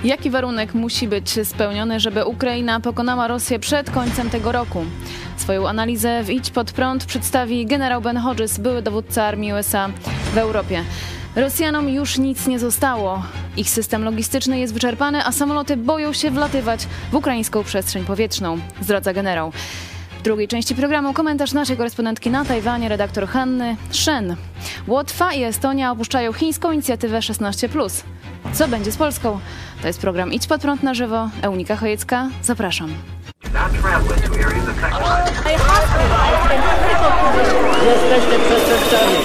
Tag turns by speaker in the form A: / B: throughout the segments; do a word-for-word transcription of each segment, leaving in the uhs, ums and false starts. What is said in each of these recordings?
A: Jaki warunek musi być spełniony, żeby Ukraina pokonała Rosję przed końcem tego roku? Swoją analizę w Idź Pod Prąd przedstawi generał Ben Hodges, były dowódca armii U S A w Europie. Rosjanom już nic nie zostało. Ich system logistyczny jest wyczerpany, a samoloty boją się wlatywać w ukraińską przestrzeń powietrzną, zdradza generał. W drugiej części programu komentarz naszej korespondentki na Tajwanie, redaktor Hanny Shen. Łotwa i Estonia opuszczają chińską inicjatywę szesnaście plus. Co będzie z Polską? To jest program Idź Pod Prąd na żywo. Eunika Chojecka, zapraszam.
B: Jesteście przestępcami.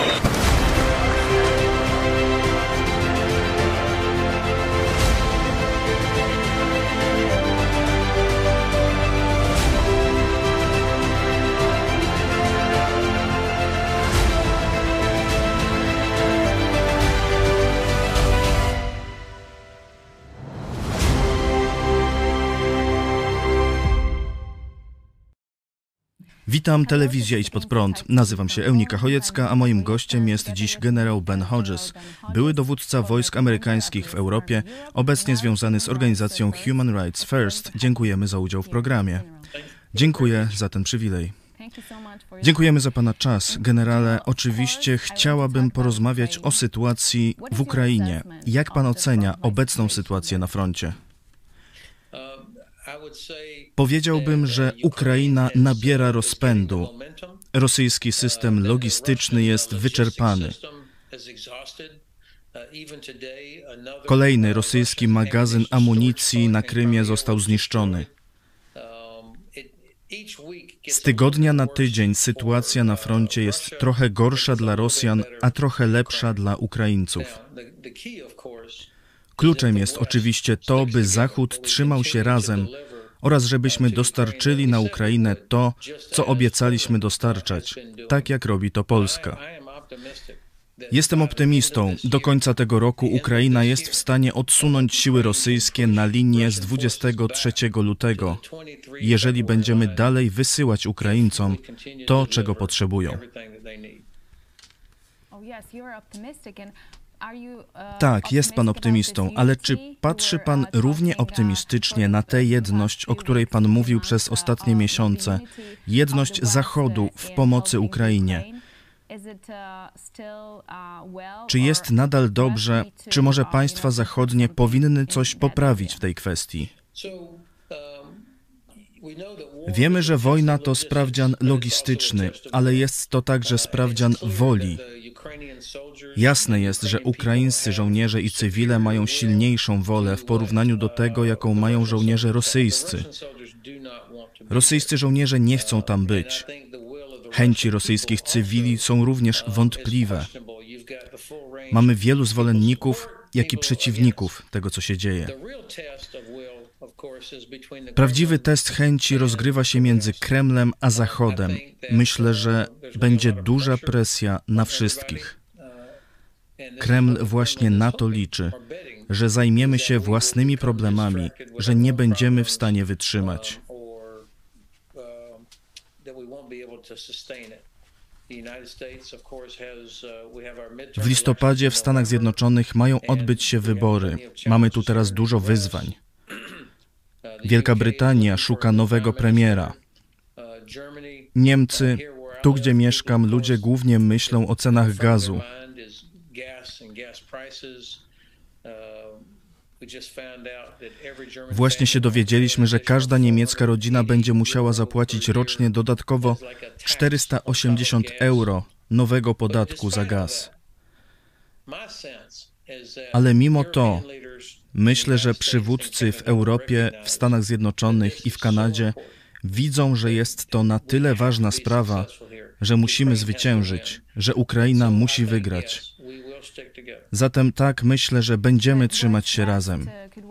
C: Witam, telewizja Idź Pod Prąd. Nazywam się Eunika Chojecka, a moim gościem jest dziś generał Ben Hodges, były dowódca wojsk amerykańskich w Europie, obecnie związany z organizacją Human Rights First. Dziękujemy za udział w programie. Dziękuję za ten przywilej. Dziękujemy za Pana czas. Generale, oczywiście chciałabym porozmawiać o sytuacji w Ukrainie. Jak Pan ocenia obecną sytuację na froncie? Powiedziałbym, że Ukraina nabiera rozpędu. Rosyjski system logistyczny jest wyczerpany. Kolejny rosyjski magazyn amunicji na Krymie został zniszczony. Z tygodnia na tydzień sytuacja na froncie jest trochę gorsza dla Rosjan, a trochę lepsza dla Ukraińców. Kluczem jest oczywiście to, by Zachód trzymał się razem oraz żebyśmy dostarczyli na Ukrainę to, co obiecaliśmy dostarczać, tak jak robi to Polska. Jestem optymistą. Do końca tego roku Ukraina jest w stanie odsunąć siły rosyjskie na linię z dwudziestego trzeciego lutego, jeżeli będziemy dalej wysyłać Ukraińcom to, czego potrzebują. Tak, jest Pan optymistą, ale czy patrzy Pan równie optymistycznie na tę jedność, o której Pan mówił przez ostatnie miesiące, jedność Zachodu w pomocy Ukrainie? Czy jest nadal dobrze, czy może państwa zachodnie powinny coś poprawić w tej kwestii? Wiemy, że wojna to sprawdzian logistyczny, ale jest to także sprawdzian woli. Jasne jest, że ukraińscy żołnierze i cywile mają silniejszą wolę w porównaniu do tego, jaką mają żołnierze rosyjscy. Rosyjscy żołnierze nie chcą tam być. Chęci rosyjskich cywili są również wątpliwe. Mamy wielu zwolenników, jak i przeciwników tego, co się dzieje. Prawdziwy test chęci rozgrywa się między Kremlem a Zachodem. Myślę, że będzie duża presja na wszystkich. Kreml właśnie na to liczy, że zajmiemy się własnymi problemami, że nie będziemy w stanie wytrzymać. W listopadzie w Stanach Zjednoczonych mają odbyć się wybory. Mamy tu teraz dużo wyzwań. Wielka Brytania szuka nowego premiera. Niemcy, tu gdzie mieszkam, ludzie głównie myślą o cenach gazu. Właśnie się dowiedzieliśmy, że każda niemiecka rodzina będzie musiała zapłacić rocznie dodatkowo czterysta osiemdziesiąt euro nowego podatku za gaz. Ale mimo to myślę, że przywódcy w Europie, w Stanach Zjednoczonych i w Kanadzie widzą, że jest to na tyle ważna sprawa, że musimy zwyciężyć, że Ukraina musi wygrać. Zatem tak, myślę, że będziemy trzymać się razem.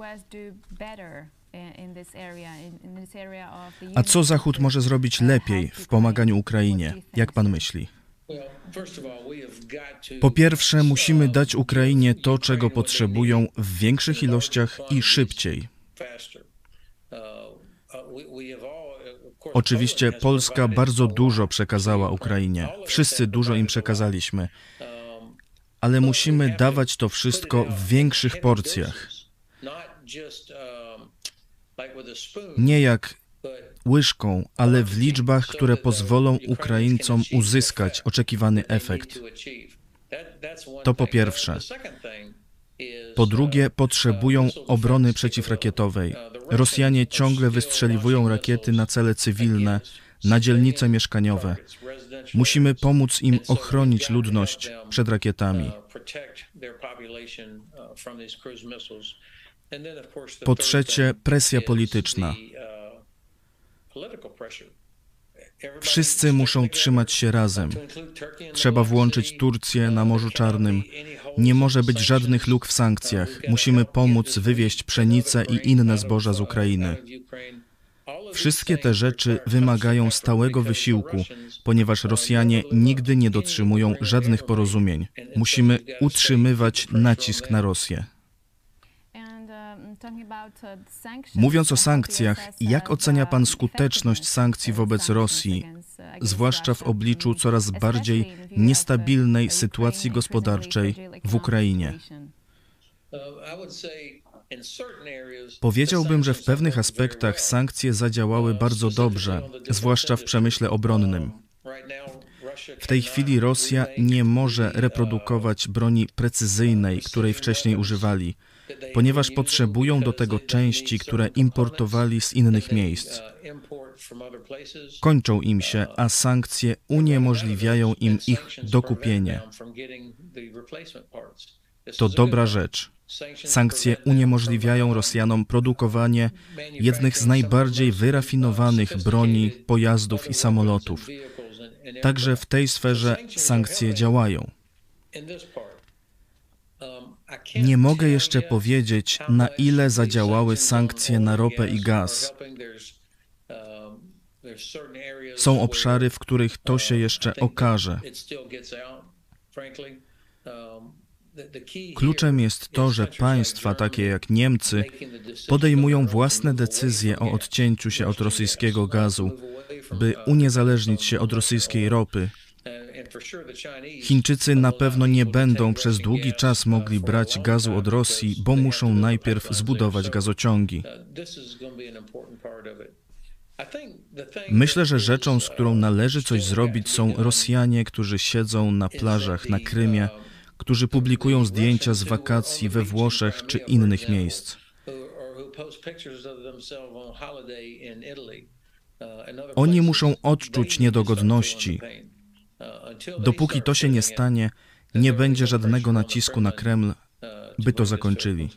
C: A co Zachód może zrobić lepiej w pomaganiu Ukrainie? Jak Pan myśli? Po pierwsze, musimy dać Ukrainie to, czego potrzebują w większych ilościach i szybciej. Oczywiście Polska bardzo dużo przekazała Ukrainie. Wszyscy dużo im przekazaliśmy. Ale musimy dawać to wszystko w większych porcjach. Nie jak łyżką, ale w liczbach, które pozwolą Ukraińcom uzyskać oczekiwany efekt. To po pierwsze. Po drugie, potrzebują obrony przeciwrakietowej. Rosjanie ciągle wystrzeliwują rakiety na cele cywilne, na dzielnice mieszkaniowe. Musimy pomóc im ochronić ludność przed rakietami. Po trzecie, presja polityczna. Wszyscy muszą trzymać się razem. Trzeba włączyć Turcję na Morzu Czarnym. Nie może być żadnych luk w sankcjach. Musimy pomóc wywieźć pszenicę i inne zboża z Ukrainy. Wszystkie te rzeczy wymagają stałego wysiłku, ponieważ Rosjanie nigdy nie dotrzymują żadnych porozumień. Musimy utrzymywać nacisk na Rosję. Mówiąc o sankcjach, jak ocenia Pan skuteczność sankcji wobec Rosji, zwłaszcza w obliczu coraz bardziej niestabilnej sytuacji gospodarczej w Ukrainie? Powiedziałbym, że w pewnych aspektach sankcje zadziałały bardzo dobrze, zwłaszcza w przemyśle obronnym. W tej chwili Rosja nie może reprodukować broni precyzyjnej, której wcześniej używali, ponieważ potrzebują do tego części, które importowali z innych miejsc. Kończą im się, a sankcje uniemożliwiają im ich dokupienie. To dobra rzecz. Sankcje uniemożliwiają Rosjanom produkowanie jednych z najbardziej wyrafinowanych broni, pojazdów i samolotów. Także w tej sferze sankcje działają. Nie mogę jeszcze powiedzieć, na ile zadziałały sankcje na ropę i gaz. Są obszary, w których to się jeszcze okaże. Kluczem jest to, że państwa takie jak Niemcy podejmują własne decyzje o odcięciu się od rosyjskiego gazu, by uniezależnić się od rosyjskiej ropy. Chińczycy na pewno nie będą przez długi czas mogli brać gazu od Rosji, bo muszą najpierw zbudować gazociągi. Myślę, że rzeczą, z którą należy coś zrobić, są Rosjanie, którzy siedzą na plażach na Krymie, którzy publikują zdjęcia z wakacji we Włoszech czy innych miejsc. Oni muszą odczuć niedogodności. Dopóki to się nie stanie, nie będzie żadnego nacisku na Kreml, by to zakończyli.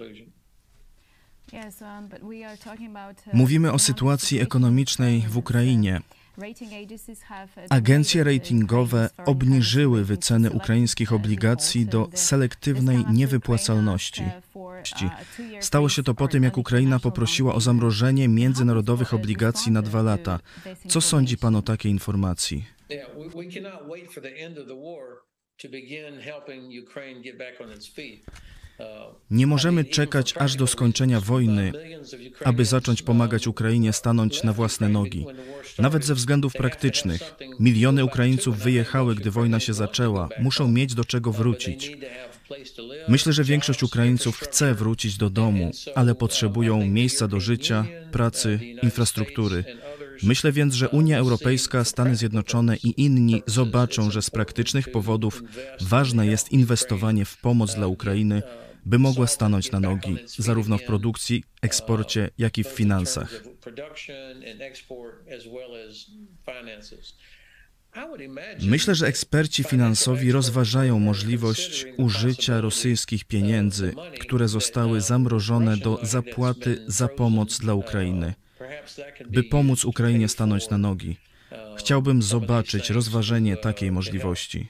C: Mówimy o sytuacji ekonomicznej w Ukrainie. Agencje ratingowe obniżyły wyceny ukraińskich obligacji do selektywnej niewypłacalności. Stało się to po tym, jak Ukraina poprosiła o zamrożenie międzynarodowych obligacji na dwa lata. Co sądzi Pan o takiej informacji? Nie możemy czekać aż do skończenia wojny, aby zacząć pomagać Ukrainie stanąć na własne nogi. Nawet ze względów praktycznych. Miliony Ukraińców wyjechały, gdy wojna się zaczęła. Muszą mieć do czego wrócić. Myślę, że większość Ukraińców chce wrócić do domu, ale potrzebują miejsca do życia, pracy, infrastruktury. Myślę więc, że Unia Europejska, Stany Zjednoczone i inni zobaczą, że z praktycznych powodów ważne jest inwestowanie w pomoc dla Ukrainy, by mogła stanąć na nogi, zarówno w produkcji, eksporcie, jak i w finansach. Myślę, że eksperci finansowi rozważają możliwość użycia rosyjskich pieniędzy, które zostały zamrożone do zapłaty za pomoc dla Ukrainy, by pomóc Ukrainie stanąć na nogi. Chciałbym zobaczyć rozważenie takiej możliwości.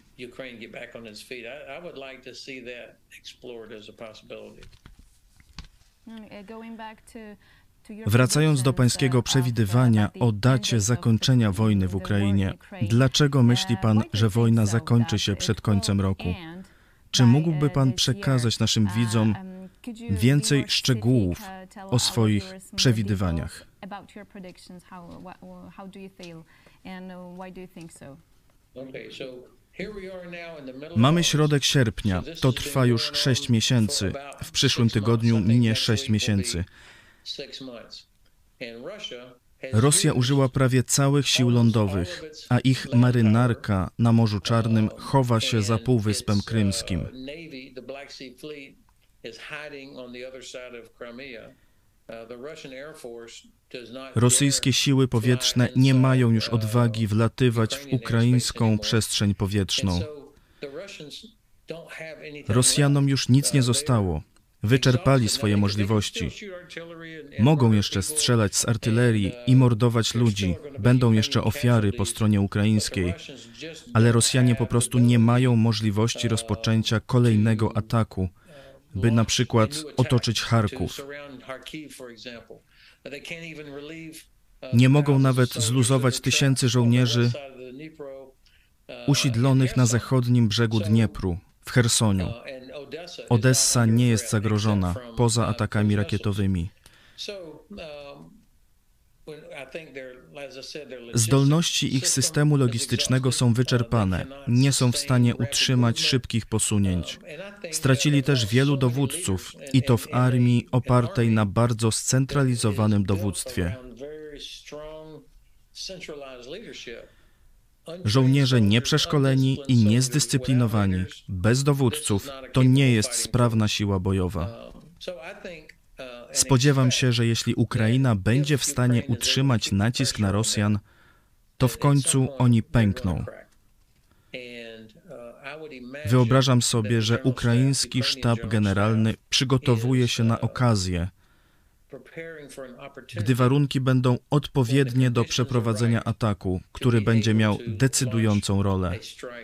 C: Wracając do pańskiego przewidywania o dacie zakończenia wojny w Ukrainie, dlaczego myśli pan, że wojna zakończy się przed końcem roku? Czy mógłby pan przekazać naszym widzom więcej szczegółów o swoich przewidywaniach? Mamy środek sierpnia, to trwa już sześć miesięcy. W przyszłym tygodniu minie sześć miesięcy. Rosja użyła prawie całych sił lądowych, a ich marynarka na Morzu Czarnym chowa się za Półwyspem Krymskim. Rosyjskie siły powietrzne nie mają już odwagi wlatywać w ukraińską przestrzeń powietrzną. Rosjanom już nic nie zostało. Wyczerpali swoje możliwości. Mogą jeszcze strzelać z artylerii i mordować ludzi. Będą jeszcze ofiary po stronie ukraińskiej. Ale Rosjanie po prostu nie mają możliwości rozpoczęcia kolejnego ataku, by na przykład otoczyć Charków. Nie mogą nawet zluzować tysięcy żołnierzy usiedlonych na zachodnim brzegu Dniepru, w Chersoniu. Odessa nie jest zagrożona poza atakami rakietowymi. Zdolności ich systemu logistycznego są wyczerpane. Nie są w stanie utrzymać szybkich posunięć. Stracili też wielu dowódców, i to w armii opartej na bardzo scentralizowanym dowództwie. Żołnierze nieprzeszkoleni i niezdyscyplinowani, bez dowódców, to nie jest sprawna siła bojowa. Spodziewam się, że jeśli Ukraina będzie w stanie utrzymać nacisk na Rosjan, to w końcu oni pękną. Wyobrażam sobie, że ukraiński sztab generalny przygotowuje się na okazję, gdy warunki będą odpowiednie do przeprowadzenia ataku, który będzie miał decydującą rolę.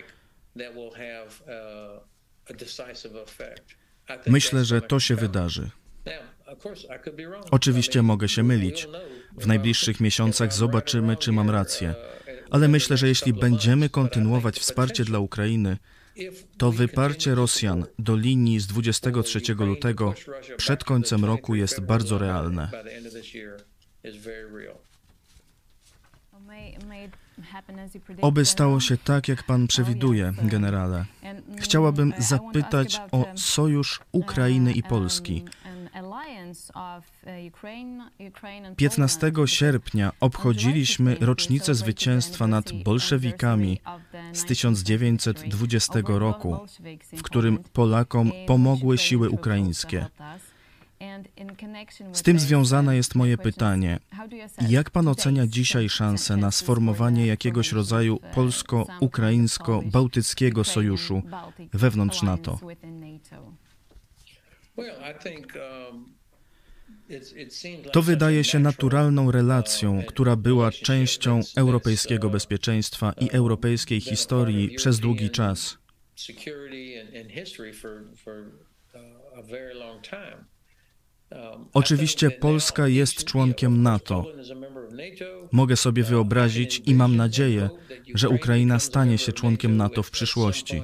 C: Myślę, że to się wydarzy. Oczywiście mogę się mylić. W najbliższych miesiącach zobaczymy, czy mam rację. Ale myślę, że jeśli będziemy kontynuować wsparcie dla Ukrainy, to wyparcie Rosjan do linii z dwudziestego trzeciego lutego przed końcem roku jest bardzo realne. Oby stało się tak, jak pan przewiduje, generale. Chciałabym zapytać o sojusz Ukrainy i Polski. piętnastego sierpnia obchodziliśmy rocznicę zwycięstwa nad bolszewikami z tysiąc dziewięćset dwudziestego roku, w którym Polakom pomogły siły ukraińskie. Z tym związane jest moje pytanie. Jak pan ocenia dzisiaj szansę na sformowanie jakiegoś rodzaju polsko-ukraińsko-bałtyckiego sojuszu wewnątrz NATO? To wydaje się naturalną relacją, która była częścią europejskiego bezpieczeństwa i europejskiej historii przez długi czas. Oczywiście Polska jest członkiem NATO. Mogę sobie wyobrazić i mam nadzieję, że Ukraina stanie się członkiem NATO w przyszłości.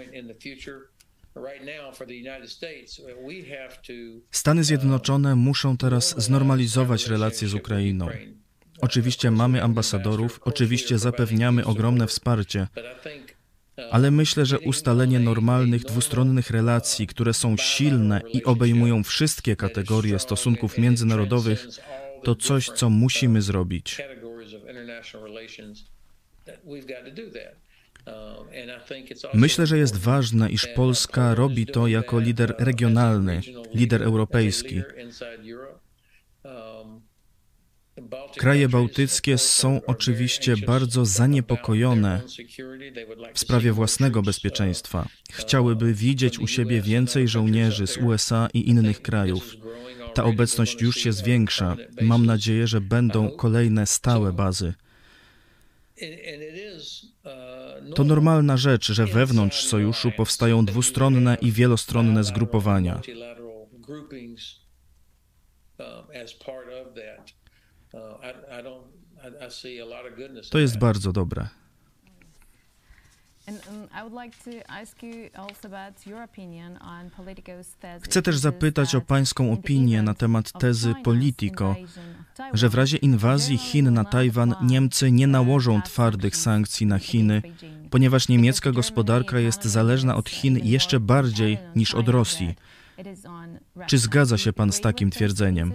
C: Stany Zjednoczone muszą teraz znormalizować relacje z Ukrainą. Oczywiście mamy ambasadorów, oczywiście zapewniamy ogromne wsparcie, ale myślę, że ustalenie normalnych dwustronnych relacji, które są silne i obejmują wszystkie kategorie stosunków międzynarodowych, to coś, co musimy zrobić. Myślę, że jest ważne, iż Polska robi to jako lider regionalny, lider europejski. Kraje bałtyckie są oczywiście bardzo zaniepokojone w sprawie własnego bezpieczeństwa. Chciałyby widzieć u siebie więcej żołnierzy z U S A i innych krajów. Ta obecność już się zwiększa. Mam nadzieję, że będą kolejne stałe bazy. To normalna rzecz, że wewnątrz sojuszu powstają dwustronne i wielostronne zgrupowania. To jest bardzo dobre. Chcę też zapytać o pańską opinię na temat tezy Politico, że w razie inwazji Chin na Tajwan Niemcy nie nałożą twardych sankcji na Chiny, ponieważ niemiecka gospodarka jest zależna od Chin jeszcze bardziej niż od Rosji. Czy zgadza się pan z takim twierdzeniem?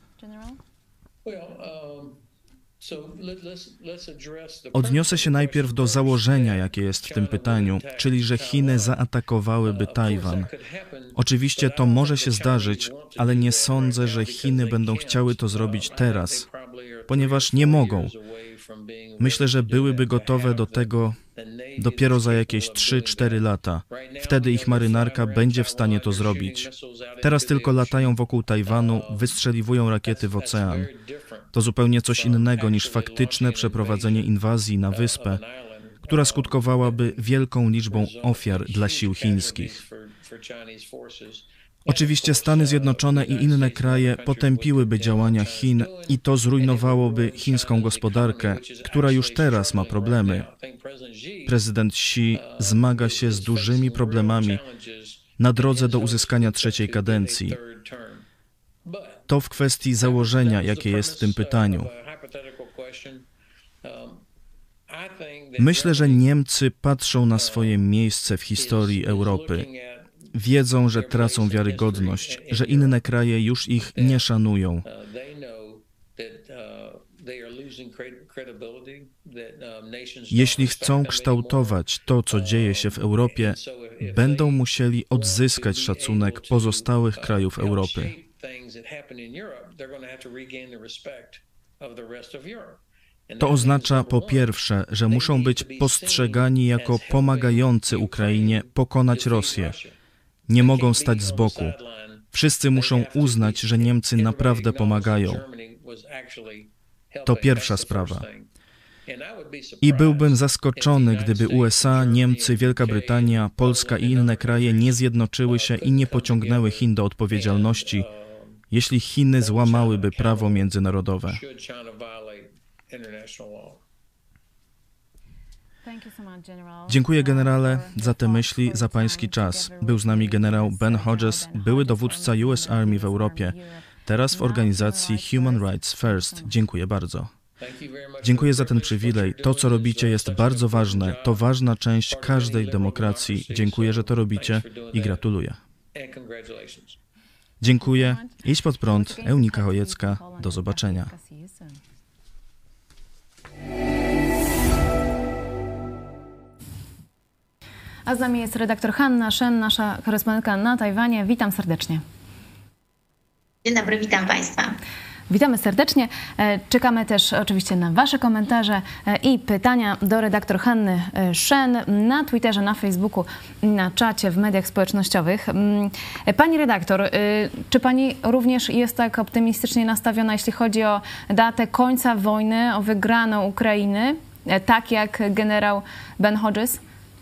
C: Odniosę się najpierw do założenia, jakie jest w tym pytaniu, czyli że Chiny zaatakowałyby Tajwan. Oczywiście to może się zdarzyć, ale nie sądzę, że Chiny będą chciały to zrobić teraz, ponieważ nie mogą. Myślę, że byłyby gotowe do tego dopiero za jakieś trzy cztery lata. Wtedy ich marynarka będzie w stanie to zrobić. Teraz tylko latają wokół Tajwanu, wystrzeliwują rakiety w ocean. To zupełnie coś innego niż faktyczne przeprowadzenie inwazji na wyspę, która skutkowałaby wielką liczbą ofiar dla sił chińskich. Oczywiście Stany Zjednoczone i inne kraje potępiłyby działania Chin i to zrujnowałoby chińską gospodarkę, która już teraz ma problemy. Prezydent Xi zmaga się z dużymi problemami na drodze do uzyskania trzeciej kadencji. To w kwestii założenia, jakie jest w tym pytaniu. Myślę, że Niemcy patrzą na swoje miejsce w historii Europy. Wiedzą, że tracą wiarygodność, że inne kraje już ich nie szanują. Jeśli chcą kształtować to, co dzieje się w Europie, będą musieli odzyskać szacunek pozostałych krajów Europy. To oznacza po pierwsze, że muszą być postrzegani jako pomagający Ukrainie pokonać Rosję. Nie mogą stać z boku. Wszyscy muszą uznać, że Niemcy naprawdę pomagają. To pierwsza sprawa. I byłbym zaskoczony, gdyby U S A, Niemcy, Wielka Brytania, Polska i inne kraje nie zjednoczyły się i nie pociągnęły Chin do odpowiedzialności, jeśli Chiny złamałyby prawo międzynarodowe. Dziękuję, generale, za te myśli, za pański czas. Był z nami generał Ben Hodges, były dowódca U S Army w Europie, teraz w organizacji Human Rights First. Dziękuję bardzo. Dziękuję za ten przywilej. To, co robicie, jest bardzo ważne. To ważna część każdej demokracji. Dziękuję, że to robicie i gratuluję. Dziękuję. Idź pod prąd. Eunika Chojecka. Do zobaczenia.
A: A z nami jest redaktor Hanna Shen, nasza korespondentka na Tajwanie. Witam serdecznie.
D: Dzień dobry, witam Państwa.
A: Witamy serdecznie. Czekamy też oczywiście na Wasze komentarze i pytania do redaktor Hanny Shen na Twitterze, na Facebooku, na czacie, w mediach społecznościowych. Pani redaktor, czy Pani również jest tak optymistycznie nastawiona, jeśli chodzi o datę końca wojny, o wygraną Ukrainy, tak jak generał Ben Hodges?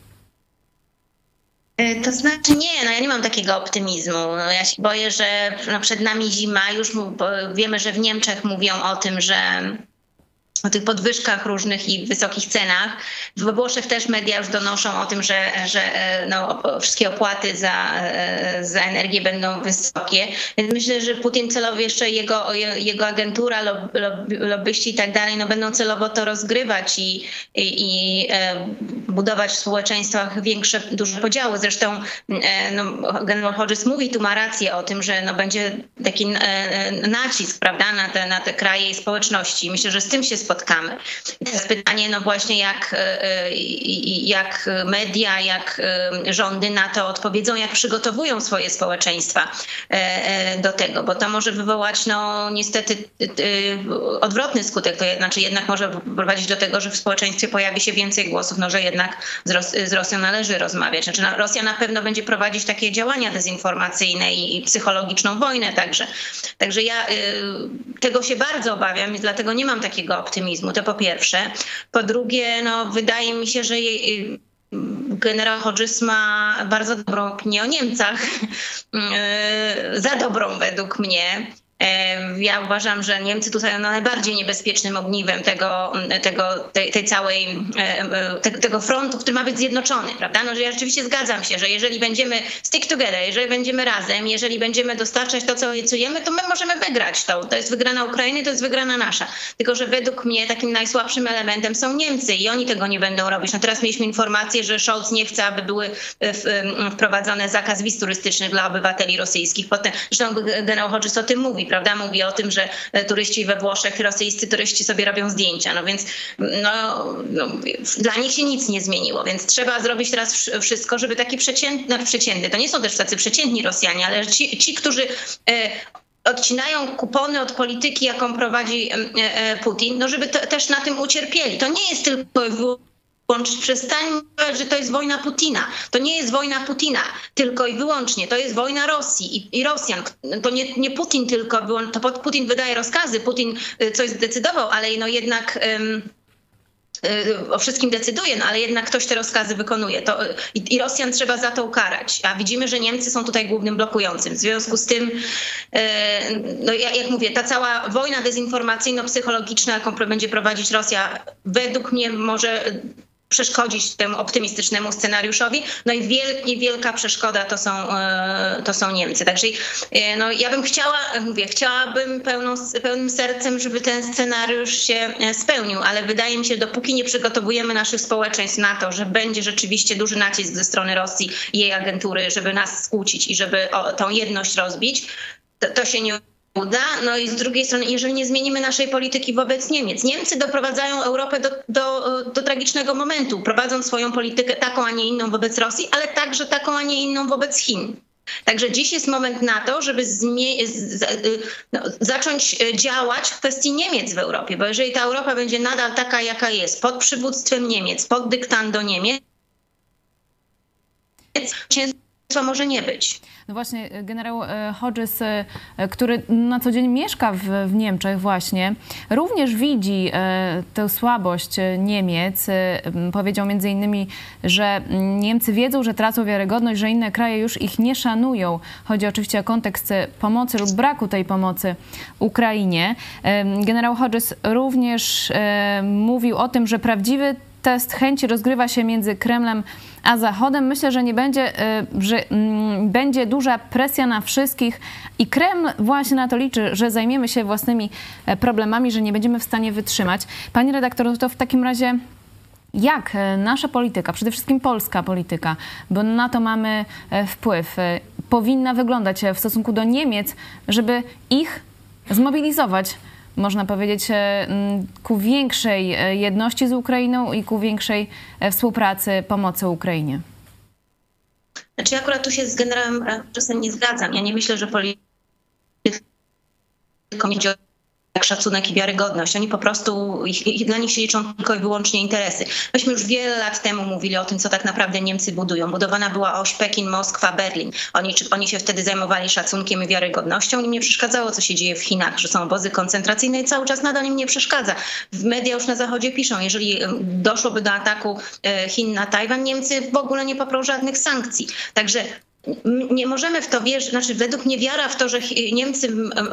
D: To znaczy nie, no ja nie mam takiego optymizmu. No ja się boję, że no przed nami zima. Już wiemy, że w Niemczech mówią o tym, że o tych podwyżkach różnych i wysokich cenach. We Włoszech też media już donoszą o tym, że, że no, wszystkie opłaty za, za energię będą wysokie. Więc myślę, że Putin celowo jeszcze jego, jego agentura, lob, lob, lobbyści i tak dalej, no, będą celowo to rozgrywać i, i, i budować w społeczeństwach większe, duże podziały. Zresztą no, generał Hodges mówi, tu ma rację o tym, że no, będzie taki nacisk, prawda, na te, na te kraje i społeczności. Myślę, że z tym się spotkamy. I teraz pytanie, no właśnie jak, jak media, jak rządy na to odpowiedzą, jak przygotowują swoje społeczeństwa do tego, bo to może wywołać no niestety odwrotny skutek, to znaczy jednak może prowadzić do tego, że w społeczeństwie pojawi się więcej głosów, no że jednak z, Ros z Rosją należy rozmawiać. Znaczy no, Rosja na pewno będzie prowadzić takie działania dezinformacyjne i, i psychologiczną wojnę także. Także ja y, tego się bardzo obawiam i dlatego nie mam takiego optymizmu. To po pierwsze. Po drugie, no, wydaje mi się, że jej, generał Hodges ma bardzo dobrą opinię o Niemcach. Za dobrą według mnie. Ja uważam, że Niemcy tutaj są najbardziej niebezpiecznym ogniwem tego, tego, tej, tej całej, tego, tego frontu, który ma być zjednoczony, prawda? No, że ja rzeczywiście zgadzam się, że jeżeli będziemy stick together, jeżeli będziemy razem, jeżeli będziemy dostarczać to, co obiecujemy, to my możemy wygrać to. To jest wygrana Ukrainy, to jest wygrana nasza. Tylko że według mnie takim najsłabszym elementem są Niemcy i oni tego nie będą robić. No teraz mieliśmy informację, że Scholz nie chce, aby były wprowadzone zakaz wiz turystycznych dla obywateli rosyjskich. Potem, zresztą generał Hodges o tym mówi, prawda? Mówi o tym, że turyści we Włoszech, rosyjscy turyści sobie robią zdjęcia. No więc no, no, dla nich się nic nie zmieniło, więc trzeba zrobić teraz wszystko, żeby taki przeciętny, no, przeciętny, to nie są też tacy przeciętni Rosjanie, ale ci, ci którzy e, odcinają kupony od polityki, jaką prowadzi e, Putin, no żeby to, też na tym ucierpieli. To nie jest tylko przestańmy mówić, że to jest wojna Putina. To nie jest wojna Putina tylko i wyłącznie. To jest wojna Rosji i, i Rosjan. To nie, nie Putin tylko, to Putin wydaje rozkazy, Putin coś zdecydował, ale no jednak um, o wszystkim decyduje, no ale jednak ktoś te rozkazy wykonuje. To, i, I Rosjan trzeba za to ukarać. A widzimy, że Niemcy są tutaj głównym blokującym. W związku z tym, no jak, jak mówię, ta cała wojna dezinformacyjno-psychologiczna, jaką będzie prowadzić Rosja, według mnie może przeszkodzić temu optymistycznemu scenariuszowi. No i wielka, wielka przeszkoda to są, to są Niemcy. Także no, ja bym chciała, mówię, chciałabym pełną, pełnym sercem, żeby ten scenariusz się spełnił, ale wydaje mi się, że dopóki nie przygotowujemy naszych społeczeństw na to, że będzie rzeczywiście duży nacisk ze strony Rosji i jej agentury, żeby nas skłócić i żeby o, tą jedność rozbić, to, to się nie uda. No i z drugiej strony, jeżeli nie zmienimy naszej polityki wobec Niemiec. Niemcy doprowadzają Europę do, do, do tragicznego momentu, prowadząc swoją politykę taką, a nie inną wobec Rosji, ale także taką, a nie inną wobec Chin. Także dziś jest moment na to, żeby zmie- z, no, zacząć działać w kwestii Niemiec w Europie, bo jeżeli ta Europa będzie nadal taka, jaka jest, pod przywództwem Niemiec, pod dyktando Niemiec, co może nie być.
A: No właśnie, generał Hodges, który na co dzień mieszka w, w Niemczech właśnie, również widzi tę słabość Niemiec. Powiedział między innymi, że Niemcy wiedzą, że tracą wiarygodność, że inne kraje już ich nie szanują. Chodzi oczywiście o kontekst pomocy lub braku tej pomocy Ukrainie. Generał Hodges również mówił o tym, że prawdziwy test chęci rozgrywa się między Kremlem a Zachodem. Myślę, że nie będzie, że będzie duża presja na wszystkich i Kreml właśnie na to liczy, że zajmiemy się własnymi problemami, że nie będziemy w stanie wytrzymać. Pani redaktor, to w takim razie jak nasza polityka, przede wszystkim polska polityka, bo na to mamy wpływ, powinna wyglądać w stosunku do Niemiec, żeby ich zmobilizować, można powiedzieć, ku większej jedności z Ukrainą i ku większej współpracy, pomocy Ukrainie?
D: Znaczy ja akurat tu się z generałem czasem nie zgadzam. Ja nie myślę, że politykom idzie jak szacunek i wiarygodność. Oni po prostu, ich, dla nich się liczą tylko i wyłącznie interesy. Myśmy już wiele lat temu mówili o tym, co tak naprawdę Niemcy budują. Budowana była oś Pekin, Moskwa, Berlin. Oni, czy, oni się wtedy zajmowali szacunkiem i wiarygodnością. Im nie przeszkadzało, co się dzieje w Chinach, że są obozy koncentracyjne i cały czas nadal im nie przeszkadza. W media już na Zachodzie piszą, jeżeli doszłoby do ataku Chin na Tajwan, Niemcy w ogóle nie poprą żadnych sankcji. Także nie możemy w to wierzyć, znaczy według mnie wiara w to, że Niemcy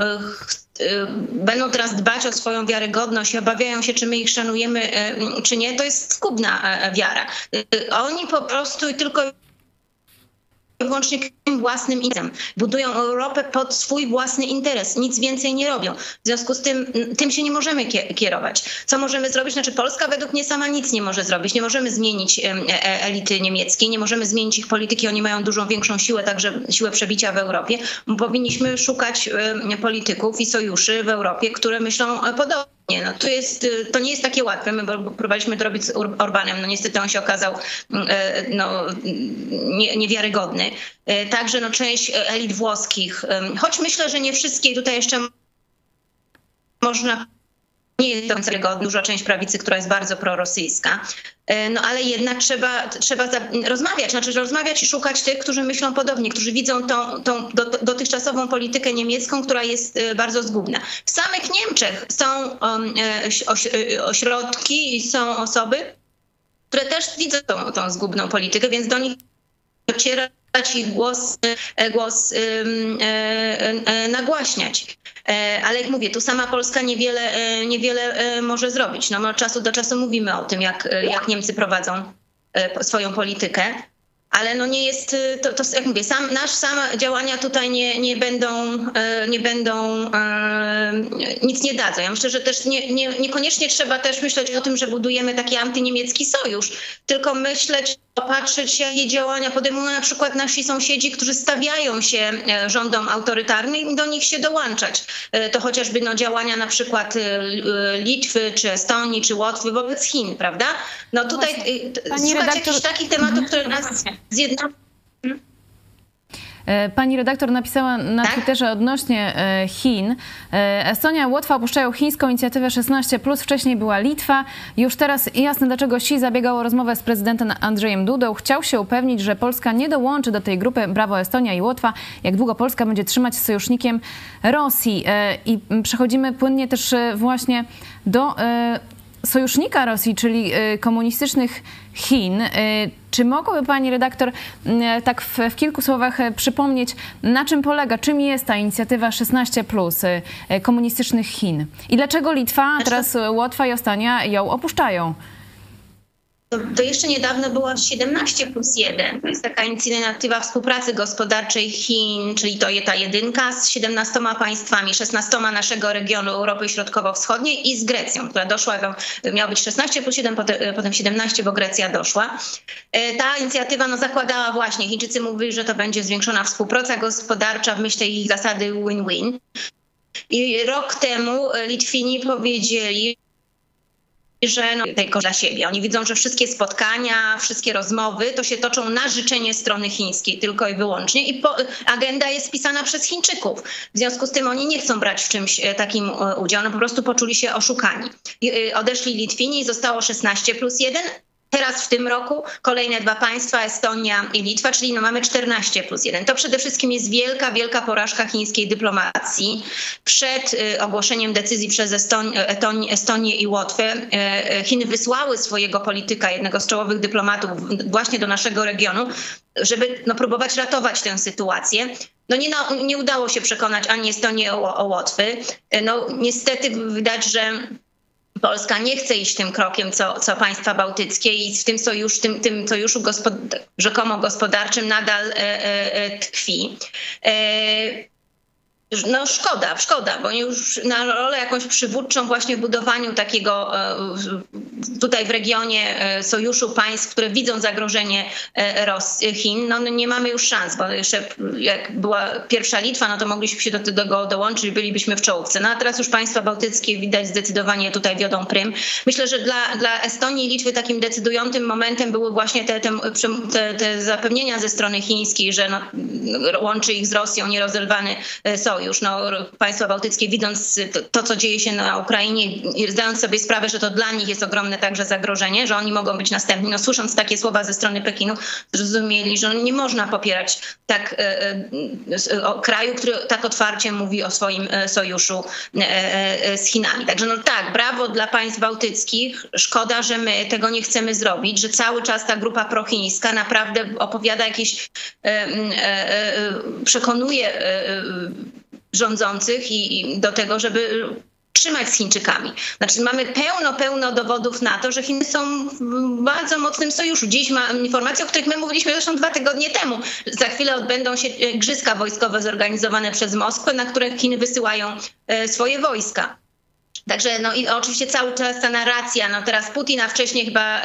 D: będą teraz dbać o swoją wiarygodność i obawiają się, czy my ich szanujemy, czy nie, to jest zgubna wiara. Oni po prostu tylko wyłącznie własnym interesem. Budują Europę pod swój własny interes. Nic więcej nie robią. W związku z tym, tym się nie możemy kierować. Co możemy zrobić? Znaczy Polska według mnie sama nic nie może zrobić. Nie możemy zmienić elity niemieckiej, nie możemy zmienić ich polityki. Oni mają dużą większą siłę, także siłę przebicia w Europie. Powinniśmy szukać polityków i sojuszy w Europie, które myślą podobnie. Nie, no to, jest, to nie jest takie łatwe. My próbowaliśmy to robić z Orbanem. No niestety on się okazał no, nie, niewiarygodny. Także no, część elit włoskich, choć myślę, że nie wszystkie, tutaj jeszcze można, nie jest to wiarygodna, duża część prawicy, która jest bardzo prorosyjska. No ale jednak trzeba, trzeba rozmawiać, znaczy rozmawiać i szukać tych, którzy myślą podobnie, którzy widzą tą, tą dotychczasową politykę niemiecką, która jest bardzo zgubna. W samych Niemczech są ośrodki i są osoby, które też widzą tą, tą zgubną politykę, więc do nich docierać ich głos, głos nagłaśniać. Ale jak mówię, tu sama Polska niewiele, niewiele może zrobić. No, od czasu do czasu mówimy o tym, jak, jak Niemcy prowadzą swoją politykę. Ale no nie jest, to, to jak mówię, sam, nasze same działania tutaj nie, nie będą, nie będą, nic nie dadzą. Ja myślę, że też nie, nie, niekoniecznie trzeba też myśleć o tym, że budujemy taki antyniemiecki sojusz, tylko myśleć, patrzeć, jakie działania podejmują na przykład nasi sąsiedzi, którzy stawiają się rządom autorytarnym i do nich się dołączać. To chociażby no, działania na przykład Litwy, czy Estonii, czy Łotwy wobec Chin, prawda? No tutaj
A: Pani
D: szukać
A: redaktor...
D: jakichś takich tematów, które nas zjednoczą.
A: Pani redaktor napisała na
D: tak?
A: Twitterze odnośnie Chin. Estonia, Łotwa opuszczają chińską inicjatywę szesnaście plus. Wcześniej była Litwa. Już teraz jasne, dlaczego Xi zabiegał o rozmowę z prezydentem Andrzejem Dudą. Chciał się upewnić, że Polska nie dołączy do tej grupy. Brawo Estonia i Łotwa. Jak długo Polska będzie trzymać z sojusznikiem Rosji. I przechodzimy płynnie też właśnie do sojusznika Rosji, czyli komunistycznych Chin. Czy mogłaby pani redaktor tak w, w kilku słowach przypomnieć, na czym polega, czym jest ta inicjatywa szesnaście plus komunistycznych Chin? I dlaczego Litwa, a teraz Łotwa i Estonia ją opuszczają?
D: To, to jeszcze niedawno była siedemnaście plus jeden. To jest taka inicjatywa współpracy gospodarczej Chin, czyli to jest ta jedynka z siedemnastoma państwami, szesnastoma naszego regionu Europy Środkowo-Wschodniej i z Grecją, która doszła, miało być szesnaście plus jeden, potem, potem siedemnaście, bo Grecja doszła. Ta inicjatywa no, zakładała właśnie, Chińczycy mówili, że to będzie zwiększona współpraca gospodarcza w myśl tej zasady win-win. I rok temu Litwini powiedzieli, że no, tylko dla siebie. Oni widzą, że wszystkie spotkania, wszystkie rozmowy to się toczą na życzenie strony chińskiej tylko i wyłącznie i po, agenda jest pisana przez Chińczyków. W związku z tym oni nie chcą brać w czymś takim udział, no po prostu poczuli się oszukani. I, odeszli Litwini i zostało szesnaście plus jeden. Teraz w tym roku kolejne dwa państwa, Estonia i Litwa, czyli no mamy czternaście plus jeden. To przede wszystkim jest wielka, wielka porażka chińskiej dyplomacji. Przed y, ogłoszeniem decyzji przez Estonię, Estonię i Łotwę y, Chiny wysłały swojego polityka, jednego z czołowych dyplomatów właśnie do naszego regionu, żeby no, próbować ratować tę sytuację. No nie, no nie udało się przekonać ani Estonii o, o Łotwy. No niestety widać, że Polska nie chce iść tym krokiem, co, co państwa bałtyckie i w tym sojuszu, tym, tym sojuszu gospod, rzekomo gospodarczym nadal e, e, tkwi. E, No szkoda, szkoda, bo już na rolę jakąś przywódczą właśnie w budowaniu takiego tutaj w regionie sojuszu państw, które widzą zagrożenie Rosji, Chin, no nie mamy już szans, bo jeszcze jak była pierwsza Litwa, no to mogliśmy się do tego dołączyć, bylibyśmy w czołówce. No a teraz już państwa bałtyckie widać zdecydowanie tutaj wiodą prym. Myślę, że dla, dla Estonii i Litwy takim decydującym momentem były właśnie te, te, te, te zapewnienia ze strony chińskiej, że no, łączy ich z Rosją nierozerwany sojusz. Już no, państwa bałtyckie, widząc to, to, co dzieje się na Ukrainie i zdając sobie sprawę, że to dla nich jest ogromne także zagrożenie, że oni mogą być następni, no słysząc takie słowa ze strony Pekinu, zrozumieli, że nie można popierać tak e, e, kraju, który tak otwarcie mówi o swoim sojuszu e, e, z Chinami. Także no tak, brawo dla państw bałtyckich. Szkoda, że my tego nie chcemy zrobić, że cały czas ta grupa prochińska naprawdę opowiada jakieś, e, e, przekonuje e, rządzących i do tego, żeby trzymać z Chińczykami. Znaczy mamy pełno, pełno dowodów na to, że Chiny są w bardzo mocnym sojuszu. Dziś mam informacje, o których my mówiliśmy zresztą dwa tygodnie temu. Za chwilę odbędą się igrzyska wojskowe zorganizowane przez Moskwę, na które Chiny wysyłają swoje wojska. Także no i oczywiście cały czas ta narracja, no teraz Putin, a wcześniej chyba,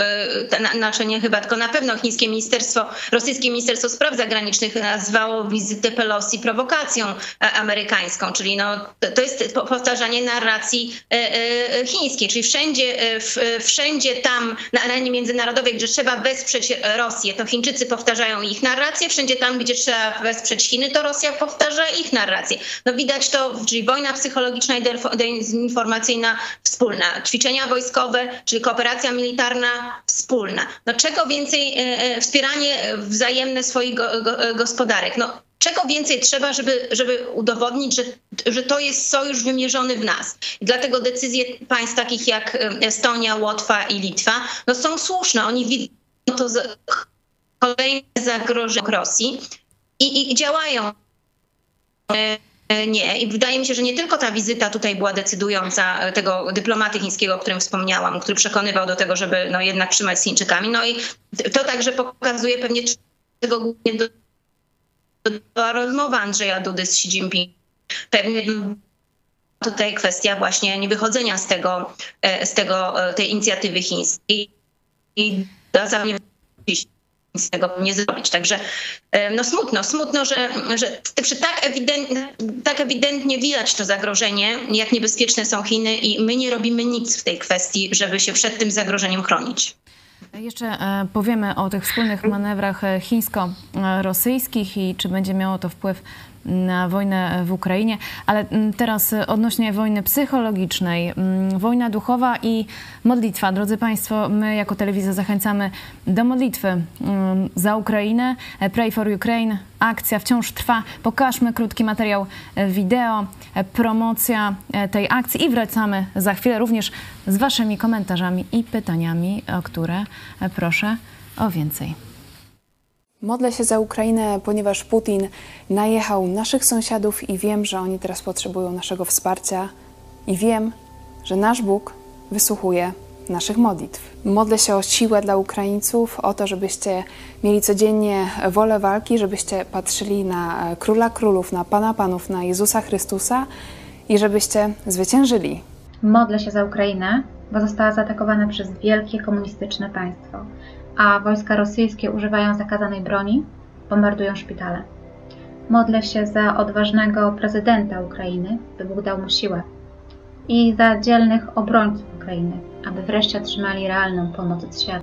D: znaczy nie chyba, tylko na pewno chińskie ministerstwo, rosyjskie ministerstwo spraw zagranicznych nazwało wizytę Pelosi prowokacją amerykańską, czyli no to jest powtarzanie narracji chińskiej, czyli wszędzie, wszędzie tam na arenie międzynarodowej, gdzie trzeba wesprzeć Rosję, to Chińczycy powtarzają ich narrację, wszędzie tam, gdzie trzeba wesprzeć Chiny, to Rosja powtarza ich narrację. No widać to, czyli wojna psychologiczna i informacyjna wspólna, ćwiczenia wojskowe, czyli kooperacja militarna wspólna. No czego więcej, e, wspieranie wzajemne swoich go, go, gospodarek. No czego więcej trzeba, żeby, żeby udowodnić, że, że to jest sojusz wymierzony w nas. I dlatego decyzje państw takich jak Estonia, Łotwa i Litwa no są słuszne. Oni widzą to za, kolejne zagrożenie Rosji i, i działają. Nie. I wydaje mi się, że nie tylko ta wizyta tutaj była decydująca, tego dyplomaty chińskiego, o którym wspomniałam, który przekonywał do tego, żeby no jednak trzymać z Chińczykami. No i to także pokazuje pewnie, czego głównie do, do rozmowa Andrzeja Dudy z Xi Jinping. Pewnie tutaj kwestia właśnie niewychodzenia z tego, z tego tej inicjatywy chińskiej i za mnie z tego nie zrobić. Także no smutno, smutno, że, że tak, ewidentnie, tak ewidentnie widać to zagrożenie, jak niebezpieczne są Chiny i my nie robimy nic w tej kwestii, żeby się przed tym zagrożeniem chronić.
A: Jeszcze powiemy o tych wspólnych manewrach chińsko-rosyjskich i czy będzie miało to wpływ na wojnę w Ukrainie, ale teraz odnośnie wojny psychologicznej, wojna duchowa i modlitwa. Drodzy Państwo, my jako telewizja zachęcamy do modlitwy za Ukrainę. Pray for Ukraine. Akcja wciąż trwa. Pokażmy krótki materiał wideo, promocja tej akcji i wracamy za chwilę również z Waszymi komentarzami i pytaniami, o które proszę o więcej.
E: Modlę się za Ukrainę, ponieważ Putin najechał naszych sąsiadów i wiem, że oni teraz potrzebują naszego wsparcia i wiem, że nasz Bóg wysłuchuje naszych modlitw. Modlę się o siłę dla Ukraińców, o to, żebyście mieli codziennie wolę walki, żebyście patrzyli na Króla Królów, na Pana Panów, na Jezusa Chrystusa i żebyście zwyciężyli.
F: Modlę się za Ukrainę, bo została zaatakowana przez wielkie komunistyczne państwo, a wojska rosyjskie używają zakazanej broni, bombardują szpitale. Modlę się za odważnego prezydenta Ukrainy, by Bóg dał mu siłę, i za dzielnych obrońców Ukrainy, aby wreszcie otrzymali realną pomoc od świata.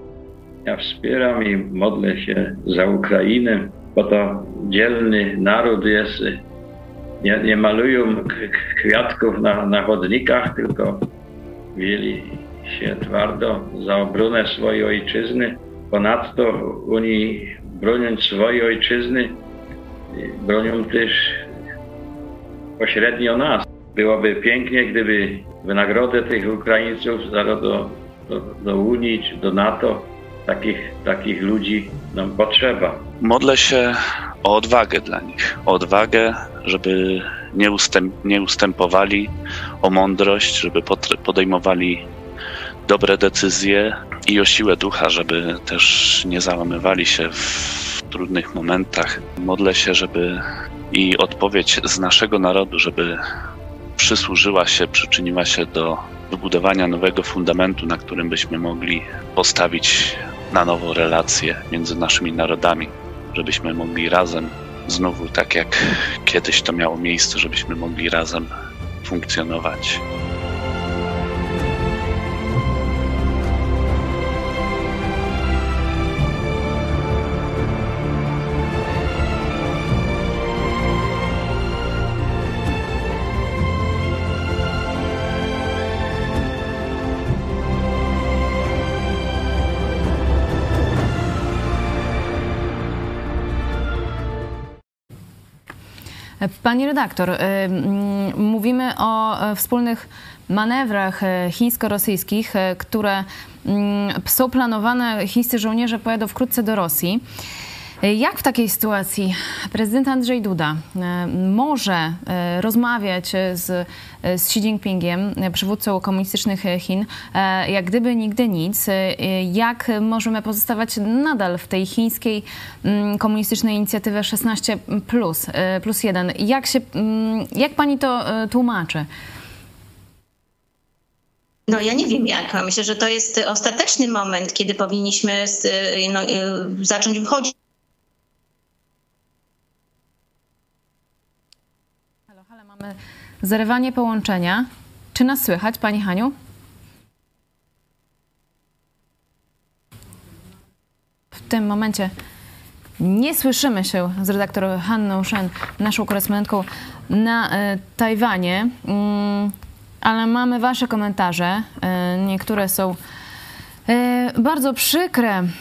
G: Ja wspieram i modlę się za Ukrainę, bo to dzielny naród jest. Nie, nie malują kwiatków na, na chodnikach, tylko wzięli się twardo za obronę swojej ojczyzny. Ponadto oni, broniąc swojej ojczyzny, bronią też pośrednio nas. Byłoby pięknie, gdyby w nagrodę tych Ukraińców do, do, do Unii czy do NATO takich, takich ludzi nam potrzeba.
H: Modlę się o odwagę dla nich, o odwagę, żeby nie, ustęp, nie ustępowali, o mądrość, żeby podejmowali dobre decyzje i o siłę ducha, żeby też nie załamywali się w trudnych momentach. Modlę się, żeby i odpowiedź z naszego narodu, żeby przysłużyła się, przyczyniła się do wybudowania nowego fundamentu, na którym byśmy mogli postawić na nowo relacje między naszymi narodami, żebyśmy mogli razem, znowu tak jak kiedyś to miało miejsce, żebyśmy mogli razem funkcjonować.
A: Pani redaktor, mówimy o wspólnych manewrach chińsko-rosyjskich, które są planowane. Chińscy żołnierze pojadą wkrótce do Rosji. Jak w takiej sytuacji prezydent Andrzej Duda może rozmawiać z, z Xi Jinpingiem, przywódcą komunistycznych Chin, jak gdyby nigdy nic? Jak możemy pozostawać nadal w tej chińskiej komunistycznej inicjatywie szesnaście plus jeden? Jak, się, jak pani to tłumaczy?
D: No ja nie wiem jak. Myślę, że to jest ostateczny moment, kiedy powinniśmy z, no, zacząć wychodzić.
A: Halo, halo, mamy zerwanie połączenia. Czy nas słychać, pani Haniu? W tym momencie nie słyszymy się z redaktor Hanną Shen, naszą korespondentką na y, Tajwanie, y, ale mamy wasze komentarze. Y, niektóre są y, bardzo przykre. Y,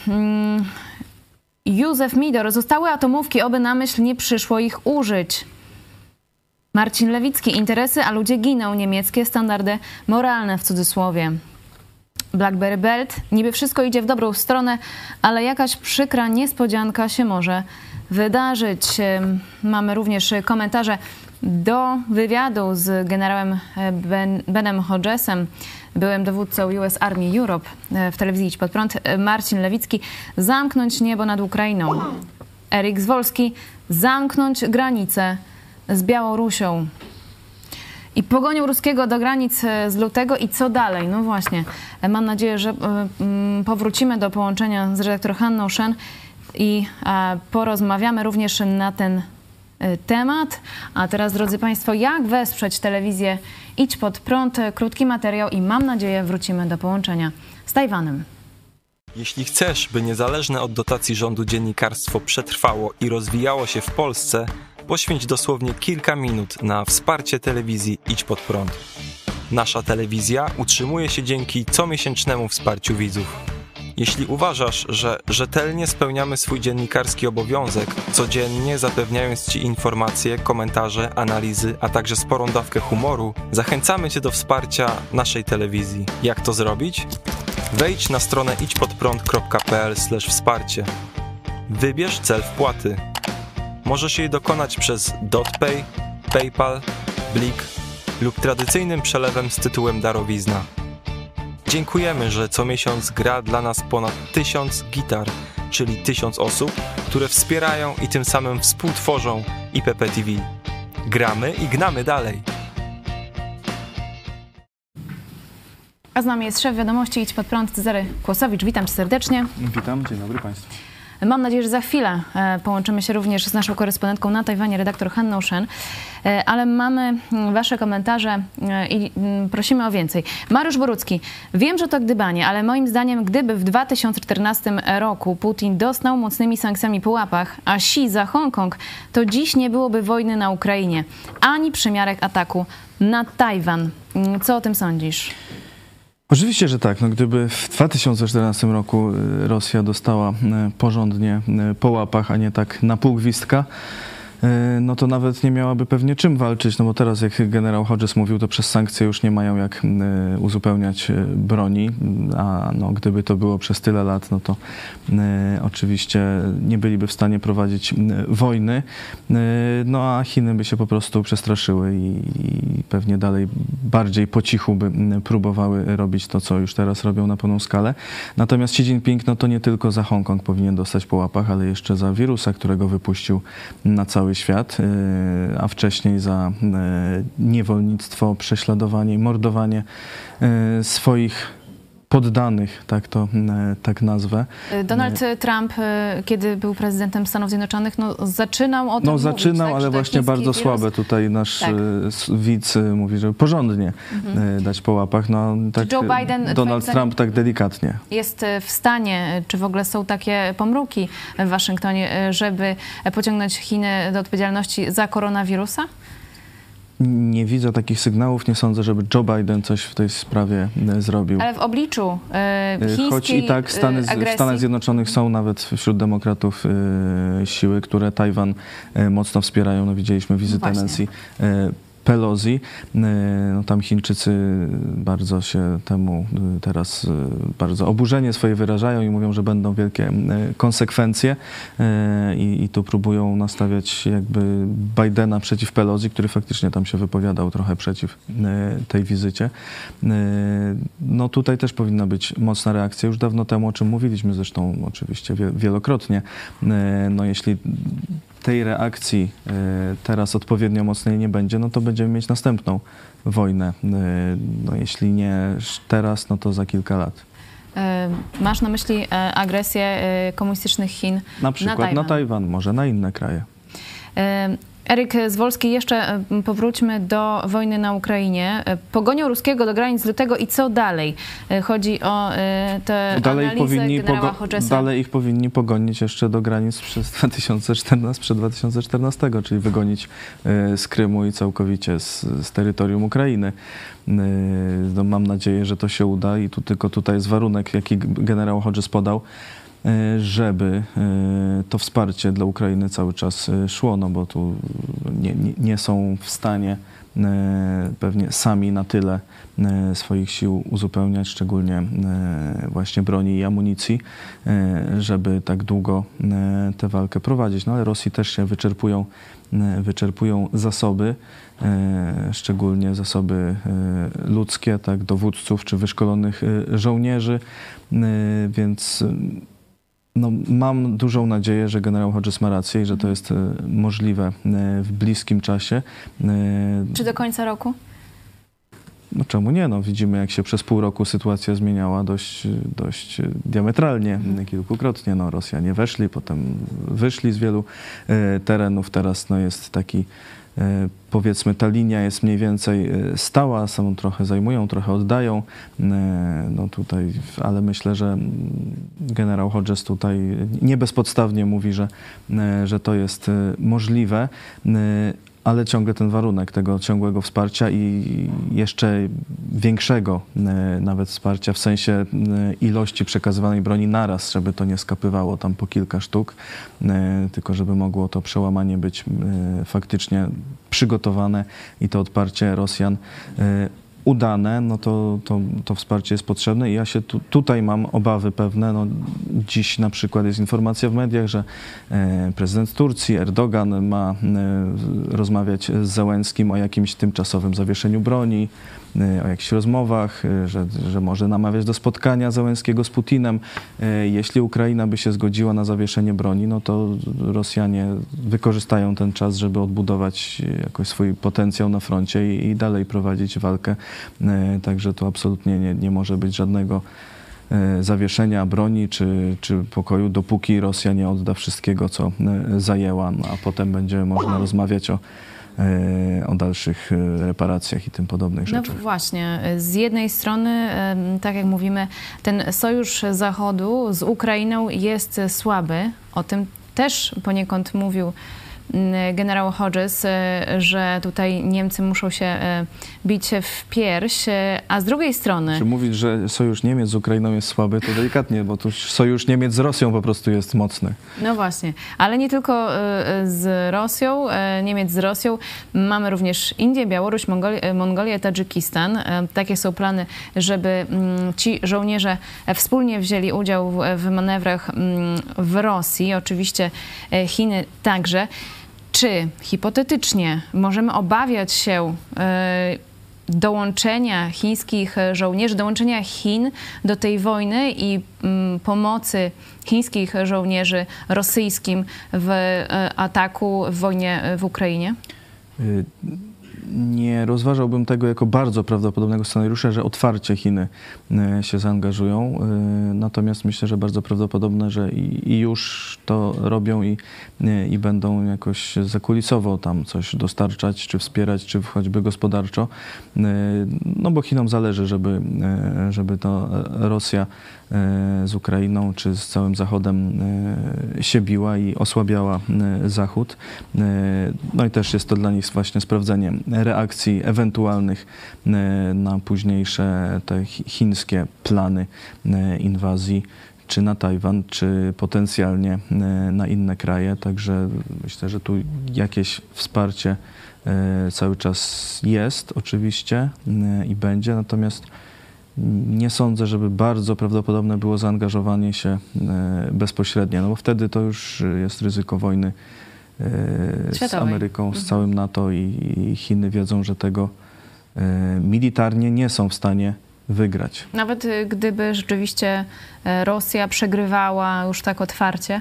A: Józef Midor, zostały atomówki, oby na myśl nie przyszło ich użyć. Marcin Lewicki, interesy, a ludzie giną. Niemieckie standardy moralne w cudzysłowie. Blackberry Belt, niby wszystko idzie w dobrą stronę, ale jakaś przykra niespodzianka się może wydarzyć. Mamy również komentarze do wywiadu z generałem Ben, Benem Hodgesem, byłym dowódcą U S Army Europe w telewizji Idź Pod Prąd. Marcin Lewicki: zamknąć niebo nad Ukrainą. Eryk Zwolski: zamknąć granicę z Białorusią. I pogonią ruskiego do granic z lutego i co dalej? No właśnie, mam nadzieję, że powrócimy do połączenia z redaktor Hanną Shen i porozmawiamy również na ten temat. A teraz, drodzy Państwo, jak wesprzeć telewizję Idź Pod Prąd? Krótki materiał i mam nadzieję wrócimy do połączenia z Tajwanem.
I: Jeśli chcesz, by niezależne od dotacji rządu dziennikarstwo przetrwało i rozwijało się w Polsce, poświęć dosłownie kilka minut na wsparcie telewizji Idź Pod Prąd. Nasza telewizja utrzymuje się dzięki comiesięcznemu wsparciu widzów. Jeśli uważasz, że rzetelnie spełniamy swój dziennikarski obowiązek, codziennie zapewniając Ci informacje, komentarze, analizy, a także sporą dawkę humoru, zachęcamy Cię do wsparcia naszej telewizji. Jak to zrobić? Wejdź na stronę idźpodprąd kropka p l slash wsparcie. Wybierz cel wpłaty. Możesz jej dokonać przez DotPay, PayPal, Blik lub tradycyjnym przelewem z tytułem darowizna. Dziękujemy, że co miesiąc gra dla nas ponad tysiąc gitar, czyli tysiąc osób, które wspierają i tym samym współtworzą I P P T V. Gramy i gnamy dalej.
A: A z nami jest szef wiadomości Idź Pod Prąd, Cezary Kłosowicz. Witam Cię serdecznie.
C: Witam, dzień dobry Państwu.
A: Mam nadzieję, że za chwilę połączymy się również z naszą korespondentką na Tajwanie, redaktor Hanną Shen, ale mamy Wasze komentarze i prosimy o więcej. Mariusz Borucki: wiem, że to gdybanie, ale moim zdaniem, gdyby w dwa tysiące czternastym roku Putin dostał mocnymi sankcjami po łapach, a Xi za Hongkong, to dziś nie byłoby wojny na Ukrainie, ani przymiarek ataku na Tajwan. Co o tym sądzisz?
C: Oczywiście, że tak. No, gdyby w dwa tysiące czternastym roku Rosja dostała porządnie po łapach, a nie tak na pół gwizdka, no to nawet nie miałaby pewnie czym walczyć, no bo teraz, jak generał Hodges mówił, to przez sankcje już nie mają jak uzupełniać broni, a no, gdyby to było przez tyle lat, no to oczywiście nie byliby w stanie prowadzić wojny, no a Chiny by się po prostu przestraszyły i, i pewnie dalej bardziej po cichu by próbowały robić to, co już teraz robią na pełną skalę. Natomiast Xi Jinping, no to nie tylko za Hongkong powinien dostać po łapach, ale jeszcze za wirusa, którego wypuścił na cały świat, a wcześniej za niewolnictwo, prześladowanie i mordowanie swoich poddanych, tak to tak nazwę.
A: Donald Trump, kiedy był prezydentem Stanów Zjednoczonych, no zaczynał o tym
C: No
A: mówić,
C: zaczynał,
A: tak,
C: ale właśnie bardzo wirus... słabe. Tutaj nasz tak. widz mówi, że porządnie mhm. dać po łapach. No, tak,
A: Joe Biden,
C: Donald Trump tak delikatnie.
A: Jest w stanie, czy w ogóle są takie pomruki w Waszyngtonie, żeby pociągnąć Chiny do odpowiedzialności za koronawirusa?
C: Nie widzę takich sygnałów, nie sądzę, żeby Joe Biden coś w tej sprawie zrobił.
A: Ale w obliczu yy, chińskiej
C: Choć i tak Stany,
A: agresji...
C: w Stanach Zjednoczonych są nawet wśród demokratów yy, siły, które Tajwan yy, mocno wspierają. No, widzieliśmy wizytę no Nancy yy, Pelosi. No, tam Chińczycy bardzo się temu teraz bardzo oburzenie swoje wyrażają i mówią, że będą wielkie konsekwencje i, i tu próbują nastawiać jakby Bidena przeciw Pelosi, który faktycznie tam się wypowiadał trochę przeciw tej wizycie. No tutaj też powinna być mocna reakcja. Już dawno temu, o czym mówiliśmy zresztą oczywiście wielokrotnie. No jeśli tej reakcji teraz odpowiednio mocnej nie będzie, no to będziemy mieć następną wojnę. No jeśli nie teraz, no to za kilka lat.
A: Masz na myśli agresję komunistycznych Chin
C: na przykład na Tajwan, na Tajwan może na inne kraje.
A: Eryk Zwolski, jeszcze powróćmy do wojny na Ukrainie. Pogonią ruskiego do granic lutego i co dalej? Chodzi o te
C: dalej
A: analizy
C: powinni
A: generała Hodgesa.
C: Dalej ich powinni pogonić jeszcze do granic przez dwa tysiące czternastego, przed dwa tysiące czternastego, czyli wygonić z Krymu i całkowicie z, z terytorium Ukrainy. No, mam nadzieję, że to się uda i tu tylko tutaj jest warunek, jaki generał Hodges podał. żeby to wsparcie dla Ukrainy cały czas szło, no bo tu nie, nie, nie są w stanie pewnie sami na tyle swoich sił uzupełniać, szczególnie właśnie broni i amunicji, żeby tak długo tę walkę prowadzić. No ale Rosji też się wyczerpują, wyczerpują zasoby, szczególnie zasoby ludzkie, tak, dowódców czy wyszkolonych żołnierzy, więc no, mam dużą nadzieję, że generał Hodges ma rację i że to jest możliwe w bliskim czasie.
A: Czy do końca roku?
C: No czemu nie? No, widzimy, jak się przez pół roku sytuacja zmieniała dość, dość diametralnie, kilkukrotnie. No, Rosjanie weszli, potem wyszli z wielu terenów. Teraz no, jest taki, powiedzmy, ta linia jest mniej więcej stała, samą trochę zajmują, trochę oddają. No tutaj, ale myślę, że generał Hodges tutaj nie bezpodstawnie mówi, że, że to jest możliwe, ale ciągle ten warunek tego ciągłego wsparcia i jeszcze większego nawet wsparcia w sensie ilości przekazywanej broni naraz, żeby to nie skapywało tam po kilka sztuk, tylko żeby mogło to przełamanie być faktycznie przygotowane i to odparcie Rosjan udane, no to, to, to wsparcie jest potrzebne i ja się tu, tutaj mam obawy pewne. No, dziś na przykład jest informacja w mediach, że e, prezydent Turcji, Erdogan, ma e, rozmawiać z Zełenskim o jakimś tymczasowym zawieszeniu broni, e, o jakichś rozmowach, e, że, że może namawiać do spotkania Zełenskiego z Putinem. E, jeśli Ukraina by się zgodziła na zawieszenie broni, no to Rosjanie wykorzystają ten czas, żeby odbudować jakoś swój potencjał na froncie i, i dalej prowadzić walkę. Także to absolutnie nie, nie może być żadnego zawieszenia broni czy, czy pokoju, dopóki Rosja nie odda wszystkiego, co zajęła, no, a potem będzie można rozmawiać o, o dalszych reparacjach i tym podobnych rzeczach.
A: No właśnie, z jednej strony, tak jak mówimy, ten sojusz Zachodu z Ukrainą jest słaby, o tym też poniekąd mówił generał Hodges, że tutaj Niemcy muszą się bić w pierś, a z drugiej strony...
C: Czy mówić, że sojusz Niemiec z Ukrainą jest słaby, to delikatnie, bo tu sojusz Niemiec z Rosją po prostu jest mocny.
A: No właśnie, ale nie tylko z Rosją, Niemiec z Rosją, mamy również Indię, Białoruś, Mongolię, Mongolię, Tadżykistan. Takie są plany, żeby ci żołnierze wspólnie wzięli udział w manewrach w Rosji, oczywiście Chiny także. Czy hipotetycznie możemy obawiać się y, dołączenia chińskich żołnierzy, dołączenia Chin do tej wojny i y, pomocy chińskich żołnierzy rosyjskim w y, ataku, w wojnie w Ukrainie?
C: Y Nie rozważałbym tego jako bardzo prawdopodobnego scenariusza, że otwarcie Chiny się zaangażują. Natomiast myślę, że bardzo prawdopodobne, że i już to robią i, i będą jakoś zakulisowo tam coś dostarczać, czy wspierać, czy choćby gospodarczo. No bo Chinom zależy, żeby, żeby to Rosja z Ukrainą, czy z całym Zachodem się biła i osłabiała Zachód. No i też jest to dla nich właśnie sprawdzenie reakcji ewentualnych na późniejsze te chińskie plany inwazji, czy na Tajwan, czy potencjalnie na inne kraje. Także myślę, że tu jakieś wsparcie cały czas jest oczywiście i będzie, natomiast nie sądzę, żeby bardzo prawdopodobne było zaangażowanie się bezpośrednie, no bo wtedy to już jest ryzyko wojny z
A: Światowej.
C: Ameryką, z całym NATO i, i Chiny wiedzą, że tego militarnie nie są w stanie wygrać. Nawet
A: gdyby rzeczywiście Rosja przegrywała już tak otwarcie?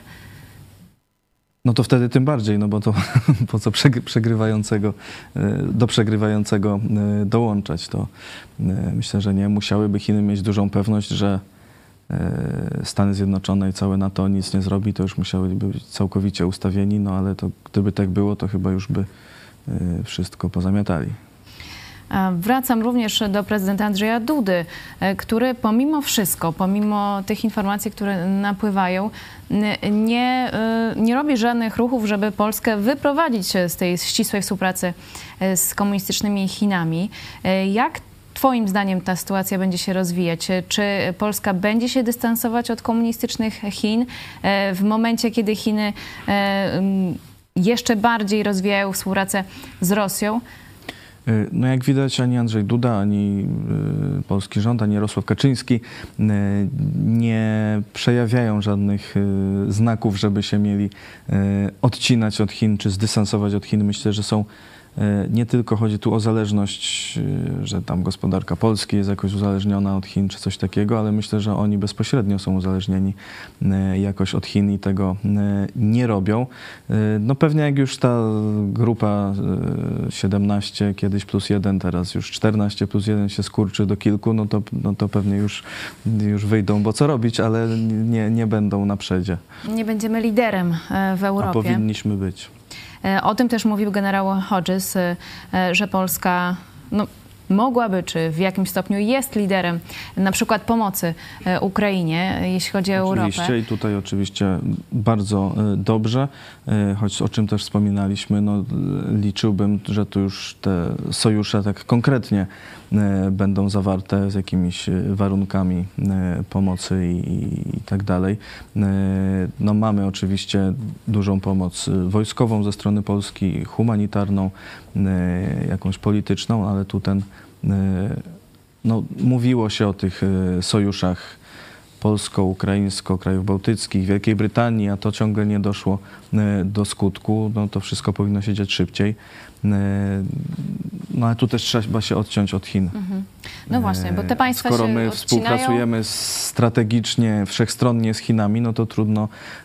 C: No to wtedy tym bardziej, no bo to po co przegrywającego, do przegrywającego dołączać, to myślę, że nie. Musiałyby Chiny mieć dużą pewność, że Stany Zjednoczone i całe NATO nic nie zrobi, to już musiałyby być całkowicie ustawieni, no ale to gdyby tak było, to chyba już by wszystko pozamiatali.
A: Wracam również do prezydenta Andrzeja Dudy, który pomimo wszystko, pomimo tych informacji, które napływają, nie, nie robi żadnych ruchów, żeby Polskę wyprowadzić z tej ścisłej współpracy z komunistycznymi Chinami. Jak twoim zdaniem ta sytuacja będzie się rozwijać? Czy Polska będzie się dystansować od komunistycznych Chin w momencie, kiedy Chiny jeszcze bardziej rozwijają współpracę z Rosją?
C: No jak widać, ani Andrzej Duda, ani y, polski rząd, ani Jarosław Kaczyński y, nie przejawiają żadnych y, znaków, żeby się mieli y, odcinać od Chin, czy zdystansować od Chin. Myślę, że są nie tylko chodzi tu o zależność, że tam gospodarka Polski jest jakoś uzależniona od Chin czy coś takiego, ale myślę, że oni bezpośrednio są uzależnieni jakoś od Chin i tego nie robią. No pewnie jak już ta grupa siedemnaście, kiedyś plus jeden, teraz już czternaście plus jeden się skurczy do kilku, no to, no to pewnie już, już wyjdą, bo co robić, ale nie, nie będą na przedzie.
A: Nie będziemy liderem w Europie.
C: A powinniśmy być.
A: O tym też mówił generał Hodges, że Polska no, mogłaby, czy w jakimś stopniu jest liderem na przykład pomocy Ukrainie, jeśli chodzi o Europę.
C: Oczywiście i tutaj oczywiście bardzo dobrze, choć o czym też wspominaliśmy, no, liczyłbym, że tu już te sojusze tak konkretnie będą zawarte z jakimiś warunkami pomocy i, i tak dalej. No, mamy oczywiście dużą pomoc wojskową ze strony Polski, humanitarną, jakąś polityczną, ale tu ten, no, mówiło się o tych sojuszach polsko-ukraińsko, krajów bałtyckich, Wielkiej Brytanii, a to ciągle nie doszło do skutku. No, to wszystko powinno się dziać szybciej. No ale tu też trzeba się odciąć od Chin.
A: Mhm. No właśnie, bo te państwa
C: Skoro
A: się
C: my
A: odcinają...
C: współpracujemy strategicznie, wszechstronnie z Chinami, no to trudno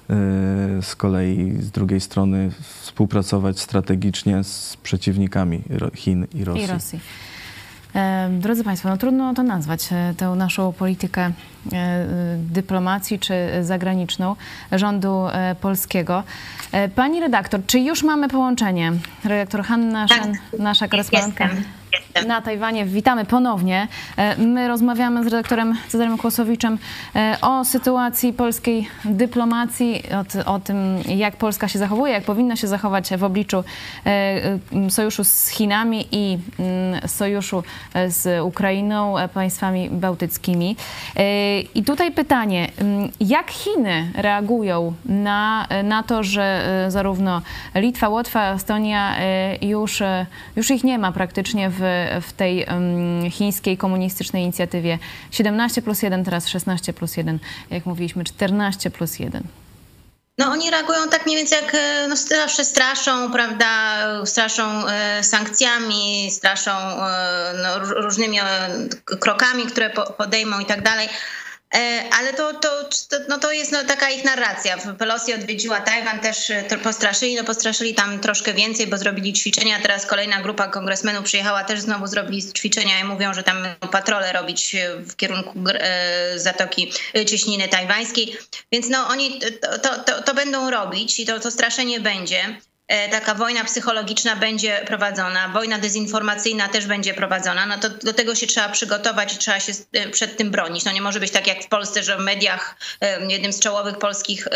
C: z kolei z drugiej strony współpracować strategicznie z przeciwnikami Chin i Rosji.
A: I Rosji. Drodzy Państwo, no trudno to nazwać, tę naszą politykę dyplomacji czy zagraniczną rządu polskiego. Pani redaktor, czy już mamy połączenie? Redaktor Hanna Shen, nasza korespondentka na Tajwanie. Witamy ponownie. My rozmawiamy z redaktorem Cezarym Kłosowiczem o sytuacji polskiej dyplomacji, o, o tym, jak Polska się zachowuje, jak powinna się zachować w obliczu sojuszu z Chinami i sojuszu z Ukrainą, państwami bałtyckimi. I tutaj pytanie, jak Chiny reagują na, na to, że zarówno Litwa, Łotwa, Estonia już, już ich nie ma praktycznie w, w tej chińskiej komunistycznej inicjatywie siedemnaście plus jeden, teraz szesnaście plus jeden, jak mówiliśmy, czternaście plus jeden.
D: No oni reagują tak mniej więcej jak no, zawsze straszą, prawda, straszą e, sankcjami, straszą e, no, różnymi e, krokami, które po, podejmą i tak dalej. Ale to, to, to, no to jest no taka ich narracja. Pelosi odwiedziła Tajwan, też postraszyli, no postraszyli tam troszkę więcej, bo zrobili ćwiczenia. Teraz kolejna grupa kongresmenów przyjechała, też znowu zrobili ćwiczenia i mówią, że tam patrole robić w kierunku Zatoki Cieśniny Tajwańskiej. Więc no oni to, to, to będą robić i to, to straszenie będzie. Taka wojna psychologiczna będzie prowadzona, wojna dezinformacyjna też będzie prowadzona, no to do tego się trzeba przygotować i trzeba się przed tym bronić. No nie może być tak jak w Polsce, że w mediach, jednym z czołowych polskich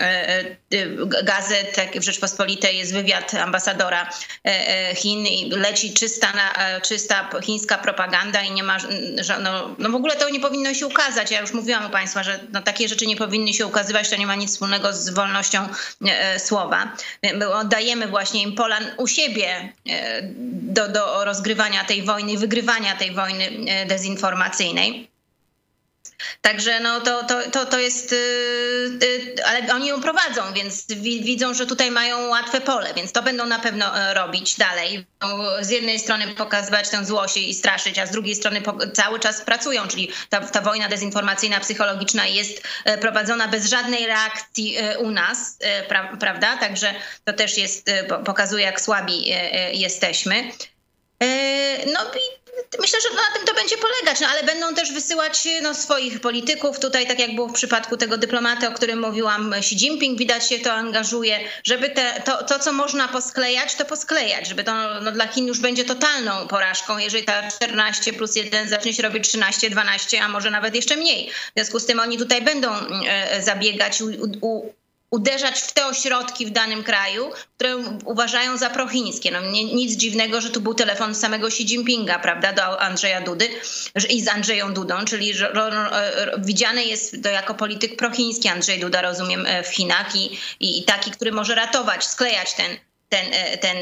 D: gazet, jak w Rzeczpospolitej, jest wywiad ambasadora Chin i leci czysta, czysta chińska propaganda i nie ma, no, no w ogóle to nie powinno się ukazać. Ja już mówiłam u Państwa, że no takie rzeczy nie powinny się ukazywać, to nie ma nic wspólnego z wolnością słowa. Dajemy właśnie im pola u siebie do, do rozgrywania tej wojny, wygrywania tej wojny dezinformacyjnej. Także no to, to, to, to jest, ale oni ją prowadzą, więc widzą, że tutaj mają łatwe pole, więc to będą na pewno robić dalej. Z jednej strony pokazywać tę złość i straszyć, a z drugiej strony cały czas pracują, czyli ta, ta wojna dezinformacyjna, psychologiczna jest prowadzona bez żadnej reakcji u nas, pra, prawda? Także to też jest, pokazuje, jak słabi jesteśmy. No i myślę, że na tym to będzie polegać, no ale będą też wysyłać no, swoich polityków. Tutaj, tak jak było w przypadku tego dyplomaty, o którym mówiłam, Xi Jinping, widać się to angażuje, żeby te, to, to, co można posklejać, to posklejać, żeby to no, dla Chin już będzie totalną porażką, jeżeli ta czternaście plus jeden zacznie się robić trzynaście, dwanaście, a może nawet jeszcze mniej. W związku z tym oni tutaj będą e, zabiegać u, u, uderzać w te ośrodki w danym kraju, które uważają za prochińskie. No, nie, nic dziwnego, że tu był telefon samego Xi Jinpinga, prawda, do Andrzeja Dudy że, i z Andrzeją Dudą, czyli że, ro, ro, widziany jest to jako polityk prochiński Andrzej Duda, rozumiem, w Chinach i, i taki, który może ratować, sklejać ten Ten, ten,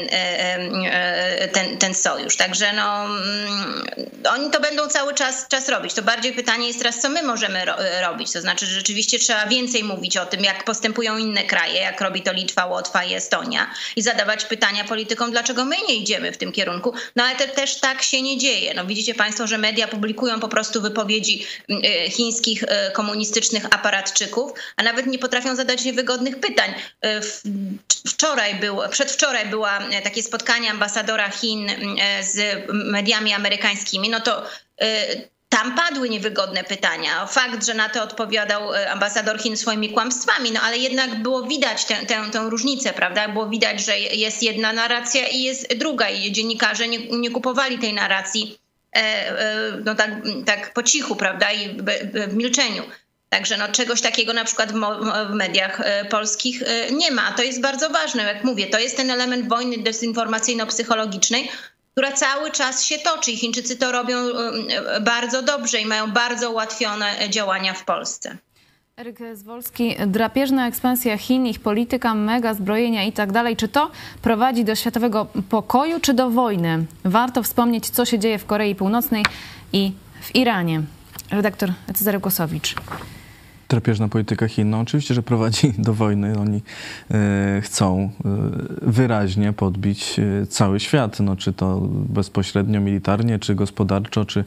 D: ten, ten sojusz. Także no, oni to będą cały czas, czas robić. To bardziej pytanie jest teraz, co my możemy ro- robić. To znaczy, że rzeczywiście trzeba więcej mówić o tym, jak postępują inne kraje, jak robi to Litwa, Łotwa i Estonia i zadawać pytania politykom, dlaczego my nie idziemy w tym kierunku. No ale te, też tak się nie dzieje. No, widzicie państwo, że media publikują po prostu wypowiedzi chińskich komunistycznych aparatczyków, a nawet nie potrafią zadać niewygodnych pytań. Wczoraj był, przed Wczoraj było takie spotkanie ambasadora Chin z mediami amerykańskimi, no to tam padły niewygodne pytania. Fakt, że na to odpowiadał ambasador Chin swoimi kłamstwami, no ale jednak było widać tę, tę, tę różnicę, prawda? Było widać, że jest jedna narracja i jest druga i dziennikarze nie, nie kupowali tej narracji no tak, tak po cichu, prawda? I w milczeniu. Także no, czegoś takiego na przykład w, w mediach polskich nie ma. To jest bardzo ważne, jak mówię, to jest ten element wojny dezinformacyjno-psychologicznej, która cały czas się toczy i Chińczycy to robią bardzo dobrze i mają bardzo ułatwione działania w Polsce.
A: Eryk Zwolski, drapieżna ekspansja Chin, ich polityka, mega zbrojenia i tak dalej. Czy to prowadzi do światowego pokoju, czy do wojny? Warto wspomnieć, co się dzieje w Korei Północnej i w Iranie. Redaktor Cezary Głosowicz.
C: Drapieżna polityka Chin, no oczywiście, że prowadzi do wojny. Oni e, chcą e, wyraźnie podbić e, cały świat, no, czy to bezpośrednio militarnie, czy gospodarczo, czy,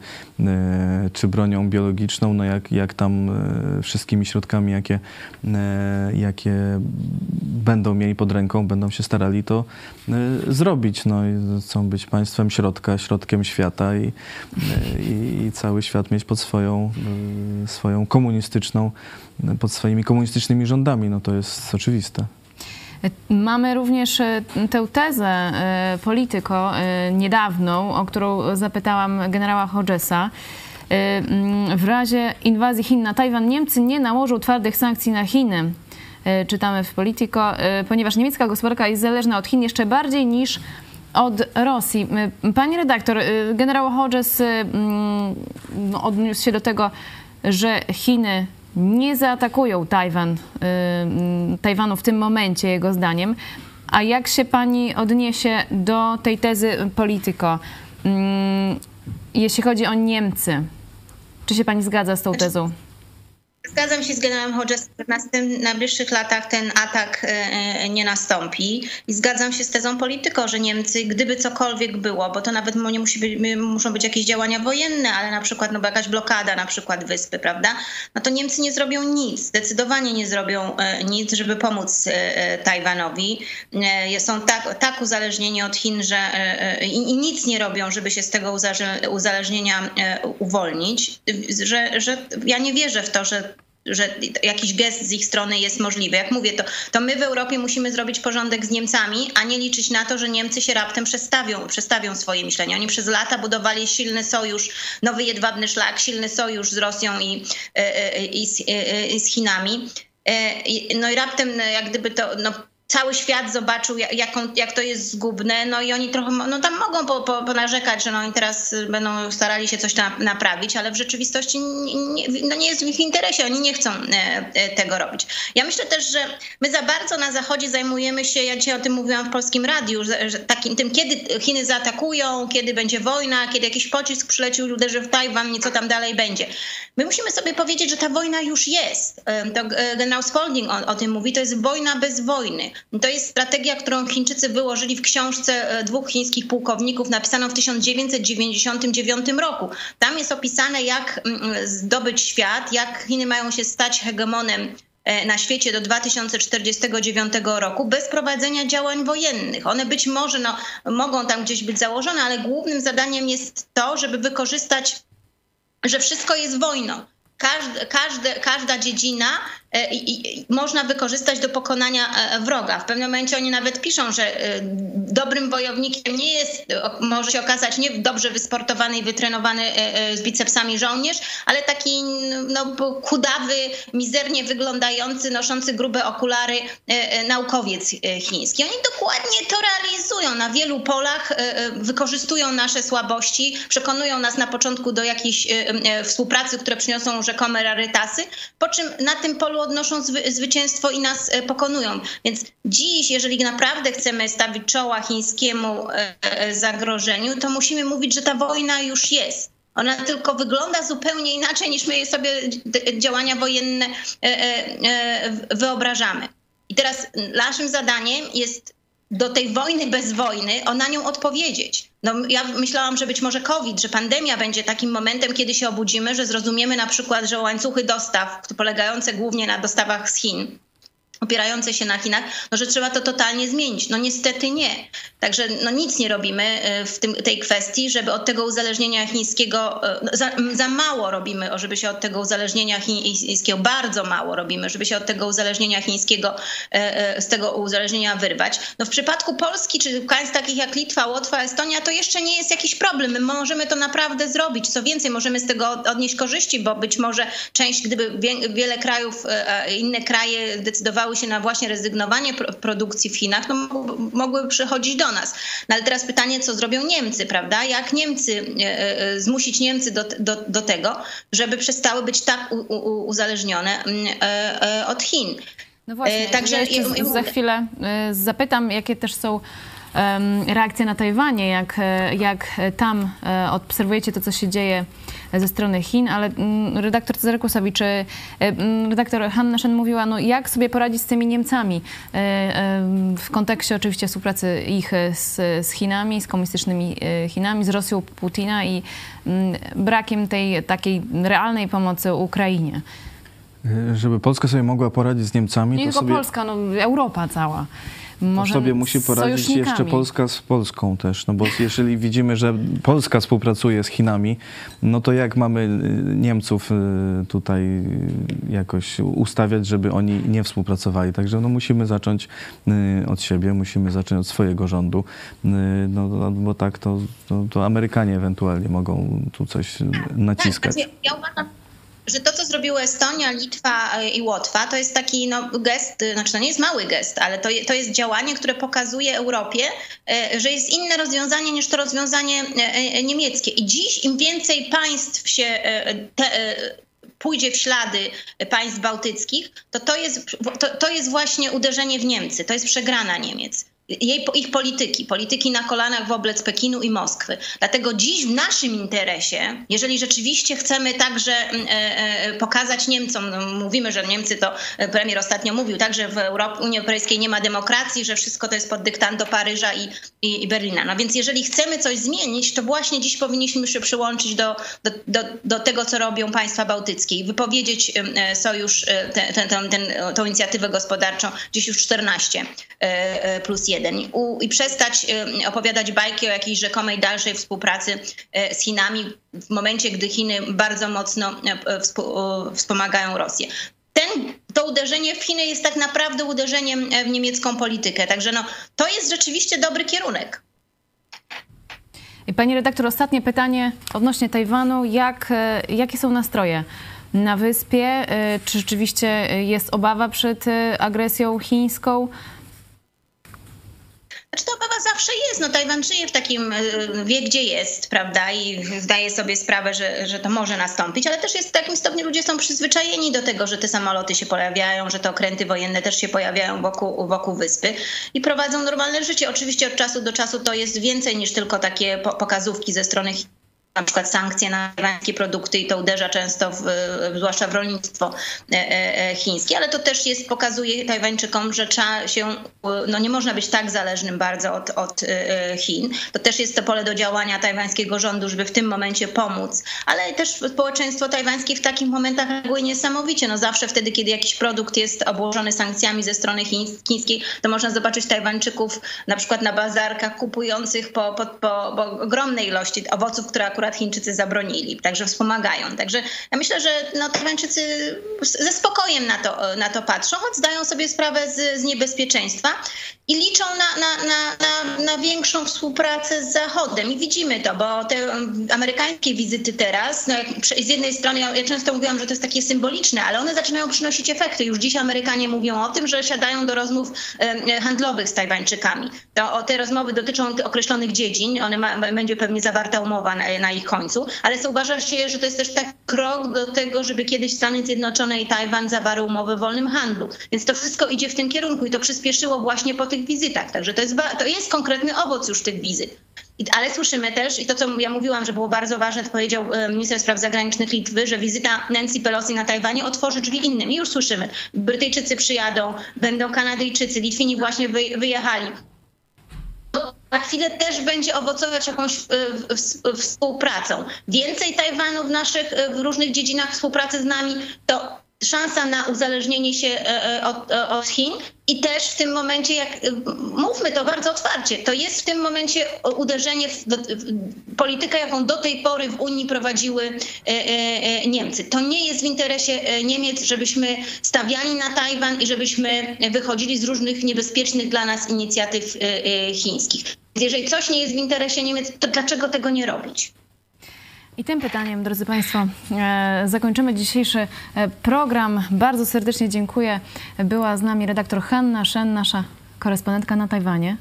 C: e, czy bronią biologiczną, no jak, jak tam e, wszystkimi środkami, jakie, e, jakie będą mieli pod ręką, będą się starali to e, zrobić. No, i chcą być państwem środka, środkiem świata i, e, i, i cały świat mieć pod swoją, e, swoją komunistyczną pod swoimi komunistycznymi rządami, no to jest oczywiste.
A: Mamy również tę tezę Politico niedawną, o którą zapytałam generała Hodgesa. W razie inwazji Chin na Tajwan Niemcy nie nałożą twardych sankcji na Chiny. Czytamy w Politico, ponieważ niemiecka gospodarka jest zależna od Chin jeszcze bardziej niż od Rosji. Pani redaktor, generał Hodges odniósł się do tego, że Chiny nie zaatakują Tajwan, Tajwanu w tym momencie, jego zdaniem. A jak się pani odniesie do tej tezy Politico, jeśli chodzi o Niemcy? Czy się pani zgadza z tą tezą?
D: Zgadzam się z generałem Hodgesem, że w najbliższych latach ten atak nie nastąpi i zgadzam się z tezą Politico, że Niemcy, gdyby cokolwiek było, bo to nawet nie musi być, muszą być jakieś działania wojenne, ale na przykład no, jakaś blokada na przykład wyspy, prawda? No to Niemcy nie zrobią nic, zdecydowanie nie zrobią nic, żeby pomóc Tajwanowi. Są tak, tak uzależnieni od Chin, że i, i nic nie robią, żeby się z tego uzależnienia uwolnić, że, że ja nie wierzę w to, że że jakiś gest z ich strony jest możliwy. Jak mówię, to, to my w Europie musimy zrobić porządek z Niemcami, a nie liczyć na to, że Niemcy się raptem przestawią, przestawią swoje myślenie. Oni przez lata budowali silny sojusz, nowy jedwabny szlak, silny sojusz z Rosją i, i, i, z, i z Chinami. No i raptem jak gdyby to... No, cały świat zobaczył, jak, on, jak to jest zgubne, no i oni trochę, no tam mogą po, po, ponarzekać, że no oni teraz będą starali się coś tam naprawić, ale w rzeczywistości nie, no nie jest w ich interesie, oni nie chcą tego robić. Ja myślę też, że my za bardzo na Zachodzie zajmujemy się, ja dzisiaj o tym mówiłam w Polskim Radiu, że, że takim tym, kiedy Chiny zaatakują, kiedy będzie wojna, kiedy jakiś pocisk przylecił i uderzy w Tajwan i co tam dalej będzie. My musimy sobie powiedzieć, że ta wojna już jest. To generał Spalding o, o tym mówi, to jest wojna bez wojny. To jest strategia, którą Chińczycy wyłożyli w książce dwóch chińskich pułkowników napisaną w tysiąc dziewięćset dziewięćdziesiątym dziewiątym roku. Tam jest opisane, jak zdobyć świat, jak Chiny mają się stać hegemonem na świecie do dwa tysiące czterdziestego dziewiątego roku bez prowadzenia działań wojennych. One być może no, mogą tam gdzieś być założone, ale głównym zadaniem jest to, żeby wykorzystać, że wszystko jest wojną. Każde, każde, każda dziedzina i, i można wykorzystać do pokonania wroga. W pewnym momencie oni nawet piszą, że dobrym wojownikiem nie jest, może się okazać, nie dobrze wysportowany i wytrenowany z bicepsami żołnierz, ale taki no, chudawy, mizernie wyglądający, noszący grube okulary naukowiec chiński. Oni dokładnie to realizują na wielu polach, wykorzystują nasze słabości, przekonują nas na początku do jakiejś współpracy, które przyniosą rzekome rarytasy, po czym na tym polu odnoszą zwy, zwycięstwo i nas pokonują. Więc dziś, jeżeli naprawdę chcemy stawić czoła chińskiemu zagrożeniu, to musimy mówić, że ta wojna już jest. Ona tylko wygląda zupełnie inaczej, niż my sobie działania wojenne wyobrażamy. I teraz naszym zadaniem jest do tej wojny bez wojny, o na nią odpowiedzieć. No, ja myślałam, że być może COVID, że pandemia będzie takim momentem, kiedy się obudzimy, że zrozumiemy na przykład, że łańcuchy dostaw, polegające głównie na dostawach z Chin, opierające się na Chinach, no, że trzeba to totalnie zmienić. No niestety nie. Także no, nic nie robimy w tym, tej kwestii, żeby od tego uzależnienia chińskiego, za, za mało robimy, żeby się od tego uzależnienia chińskiego, bardzo mało robimy, żeby się od tego uzależnienia chińskiego, z tego uzależnienia wyrwać. No w przypadku Polski, czy państw takich jak Litwa, Łotwa, Estonia, to jeszcze nie jest jakiś problem. My możemy to naprawdę zrobić. Co więcej, możemy z tego odnieść korzyści, bo być może część, gdyby wiele krajów, inne kraje decydowały się na właśnie rezygnowanie produkcji w Chinach, no mogłyby przychodzić do nas. No ale teraz pytanie, co zrobią Niemcy, prawda? Jak Niemcy, zmusić Niemcy do, do, do tego, żeby przestały być tak u, u, uzależnione od Chin.
A: No właśnie, także ja jeszcze za chwilę zapytam, jakie też są reakcje na Tajwanie, jak, jak tam obserwujecie to, co się dzieje ze strony Chin, ale redaktor Cezary Kłosowicz, redaktor Hanna Shen mówiła, no jak sobie poradzić z tymi Niemcami w kontekście oczywiście współpracy ich z, z Chinami, z komunistycznymi Chinami, z Rosją Putina i brakiem tej takiej realnej pomocy Ukrainie.
J: Żeby Polska sobie mogła poradzić z Niemcami,
A: nie
J: to
A: tylko
J: sobie...
A: Polska, no Europa cała. Może
J: sobie musi poradzić jeszcze Polska z Polską też, no bo jeżeli widzimy, że Polska współpracuje z Chinami, no to jak mamy Niemców tutaj jakoś ustawiać, żeby oni nie współpracowali? Także no musimy zacząć od siebie, musimy zacząć od swojego rządu, no bo tak to, to, to Amerykanie ewentualnie mogą tu coś naciskać.
D: Tak, ja uważam, że to, co zrobiły Estonia, Litwa i Łotwa, to jest taki no, gest, znaczy to nie jest mały gest, ale to, to jest działanie, które pokazuje Europie, że jest inne rozwiązanie niż to rozwiązanie niemieckie. I dziś im więcej państw się te, pójdzie w ślady państw bałtyckich, to to jest, to, to jest właśnie uderzenie w Niemcy, to jest przegrana Niemiec. Jej, ich polityki, polityki na kolanach wobec Pekinu i Moskwy. Dlatego dziś w naszym interesie, jeżeli rzeczywiście chcemy także e, e, pokazać Niemcom, no mówimy, że Niemcy, to premier ostatnio mówił, także w Europie, Unii Europejskiej nie ma demokracji, że wszystko to jest pod dyktando Paryża i, i, i Berlina. No więc jeżeli chcemy coś zmienić, to właśnie dziś powinniśmy się przyłączyć do, do, do, do tego, co robią państwa bałtyckie i wypowiedzieć e, sojusz, ten, ten, ten, ten, tą inicjatywę gospodarczą, dziś już czternaście plus jeden. U, i przestać y, opowiadać bajki o jakiejś rzekomej dalszej współpracy y, z Chinami w momencie, gdy Chiny bardzo mocno y, współ, y, wspomagają Rosję. Ten, to uderzenie w Chiny jest tak naprawdę uderzeniem w niemiecką politykę. Także no, to jest rzeczywiście dobry kierunek.
A: Pani redaktor, ostatnie pytanie odnośnie Tajwanu. Jak, jakie są nastroje na wyspie? Czy rzeczywiście jest obawa przed agresją chińską?
D: Znaczy to obawa zawsze jest. No, Tajwan żyje w takim, wie gdzie jest, prawda, i zdaje sobie sprawę, że, że to może nastąpić, ale też jest w takim stopniu, ludzie są przyzwyczajeni do tego, że te samoloty się pojawiają, że te okręty wojenne też się pojawiają wokół, wokół wyspy i prowadzą normalne życie. Oczywiście od czasu do czasu to jest więcej niż tylko takie pokazówki ze strony Chin. Na przykład sankcje na tajwańskie produkty i to uderza często, w, zwłaszcza w rolnictwo chińskie, ale to też jest, pokazuje Tajwańczykom, że trzeba się, no nie można być tak zależnym bardzo od, od Chin. To też jest to pole do działania tajwańskiego rządu, żeby w tym momencie pomóc, ale też społeczeństwo tajwańskie w takich momentach reaguje niesamowicie. No zawsze wtedy, kiedy jakiś produkt jest obłożony sankcjami ze strony chińskiej, to można zobaczyć Tajwańczyków na przykład na bazarkach kupujących po, po, po, po ogromnej ilości owoców, które akurat akurat Chińczycy zabronili, także wspomagają. Także ja myślę, że no, Tajwańczycy ze spokojem na to, na to patrzą, choć zdają sobie sprawę z, z niebezpieczeństwa i liczą na, na, na, na, na większą współpracę z Zachodem. I widzimy to, bo te amerykańskie wizyty teraz, no jak z jednej strony, ja, ja często mówiłam, że to jest takie symboliczne, ale one zaczynają przynosić efekty. Już dziś Amerykanie mówią o tym, że siadają do rozmów e, handlowych z Tajwańczykami. To, o, te rozmowy dotyczą określonych dziedzin, one ma, będzie pewnie zawarta umowa na, na ich końcu, ale zauważa się, że to jest też tak krok do tego, żeby kiedyś Stany Zjednoczone i Tajwan zawarły umowę o wolnym handlu. Więc to wszystko idzie w tym kierunku i to przyspieszyło właśnie po tych wizytach. Także to jest, to jest konkretny owoc już tych wizyt. Ale słyszymy też, i to co ja mówiłam, że było bardzo ważne, to powiedział minister spraw zagranicznych Litwy, że wizyta Nancy Pelosi na Tajwanie otworzy drzwi innym. I już słyszymy, Brytyjczycy przyjadą, będą Kanadyjczycy, Litwini właśnie wyjechali. Za chwilę też będzie owocować jakąś współpracą. Więcej Tajwanu w naszych w różnych dziedzinach współpracy z nami, to szansa na uzależnienie się od, od Chin i też w tym momencie, jak mówmy to bardzo otwarcie, to jest w tym momencie uderzenie w, w politykę, jaką do tej pory w Unii prowadziły Niemcy. To nie jest w interesie Niemiec, żebyśmy stawiali na Tajwan i żebyśmy wychodzili z różnych niebezpiecznych dla nas inicjatyw chińskich. Jeżeli coś nie jest w interesie Niemiec, to dlaczego tego nie robić?
A: I tym pytaniem, drodzy Państwo, zakończymy dzisiejszy program. Bardzo serdecznie dziękuję. Była z nami redaktor Hanna Shen, nasza korespondentka na Tajwanie.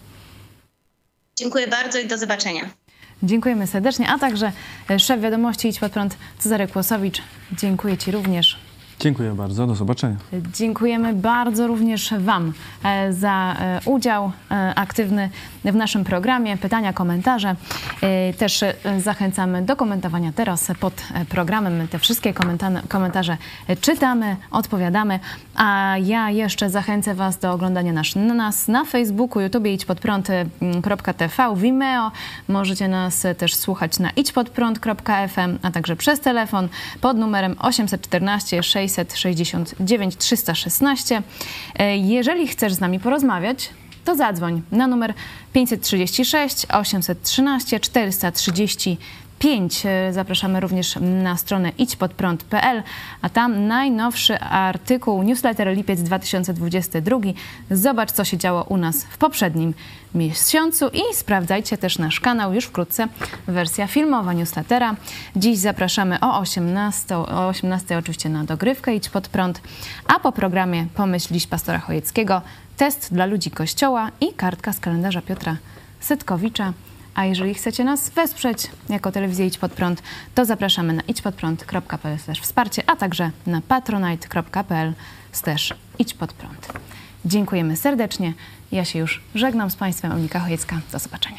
D: Dziękuję bardzo i do zobaczenia.
A: Dziękujemy serdecznie, a także szef wiadomości Idź Pod Prąd Cezary Kłosowicz. Dziękuję Ci również.
J: Dziękuję bardzo, do zobaczenia.
A: Dziękujemy bardzo również Wam za udział aktywny w naszym programie, pytania, komentarze. Też zachęcamy do komentowania teraz pod programem. My te wszystkie komentarze czytamy, odpowiadamy, a ja jeszcze zachęcę Was do oglądania nas, nas na Facebooku, YouTube idź pod prąd kropka t v, Vimeo. Możecie nas też słuchać na idź pod prąd kropka f m, a także przez telefon pod numerem osiem jeden cztery sześć sześć dziewięć trzy jeden sześć. Jeżeli chcesz z nami porozmawiać, to zadzwoń na numer pięć trzy sześć osiem jeden trzy cztery trzy pięć. Zapraszamy również na stronę idź pod prąd kropka p l, a tam najnowszy artykuł, newsletter lipiec dwa tysiące dwudziesty drugi. Zobacz, co się działo u nas w poprzednim miesiącu i sprawdzajcie też nasz kanał, już wkrótce wersja filmowa newslettera. Dziś zapraszamy o osiemnastej, o osiemnastej oczywiście na dogrywkę Idź Pod Prąd, a po programie Pomyśl dziś pastora Chojeckiego, test dla ludzi Kościoła i kartka z kalendarza Piotra Setkowicza. A jeżeli chcecie nas wesprzeć jako telewizję Idź Pod Prąd, to zapraszamy na idź pod prąd kropka p l slash wsparcie, a także na patronite kropka p l slash idź pod prąd. Dziękujemy serdecznie. Ja się już żegnam z Państwem, Monika Chojecka. Do zobaczenia.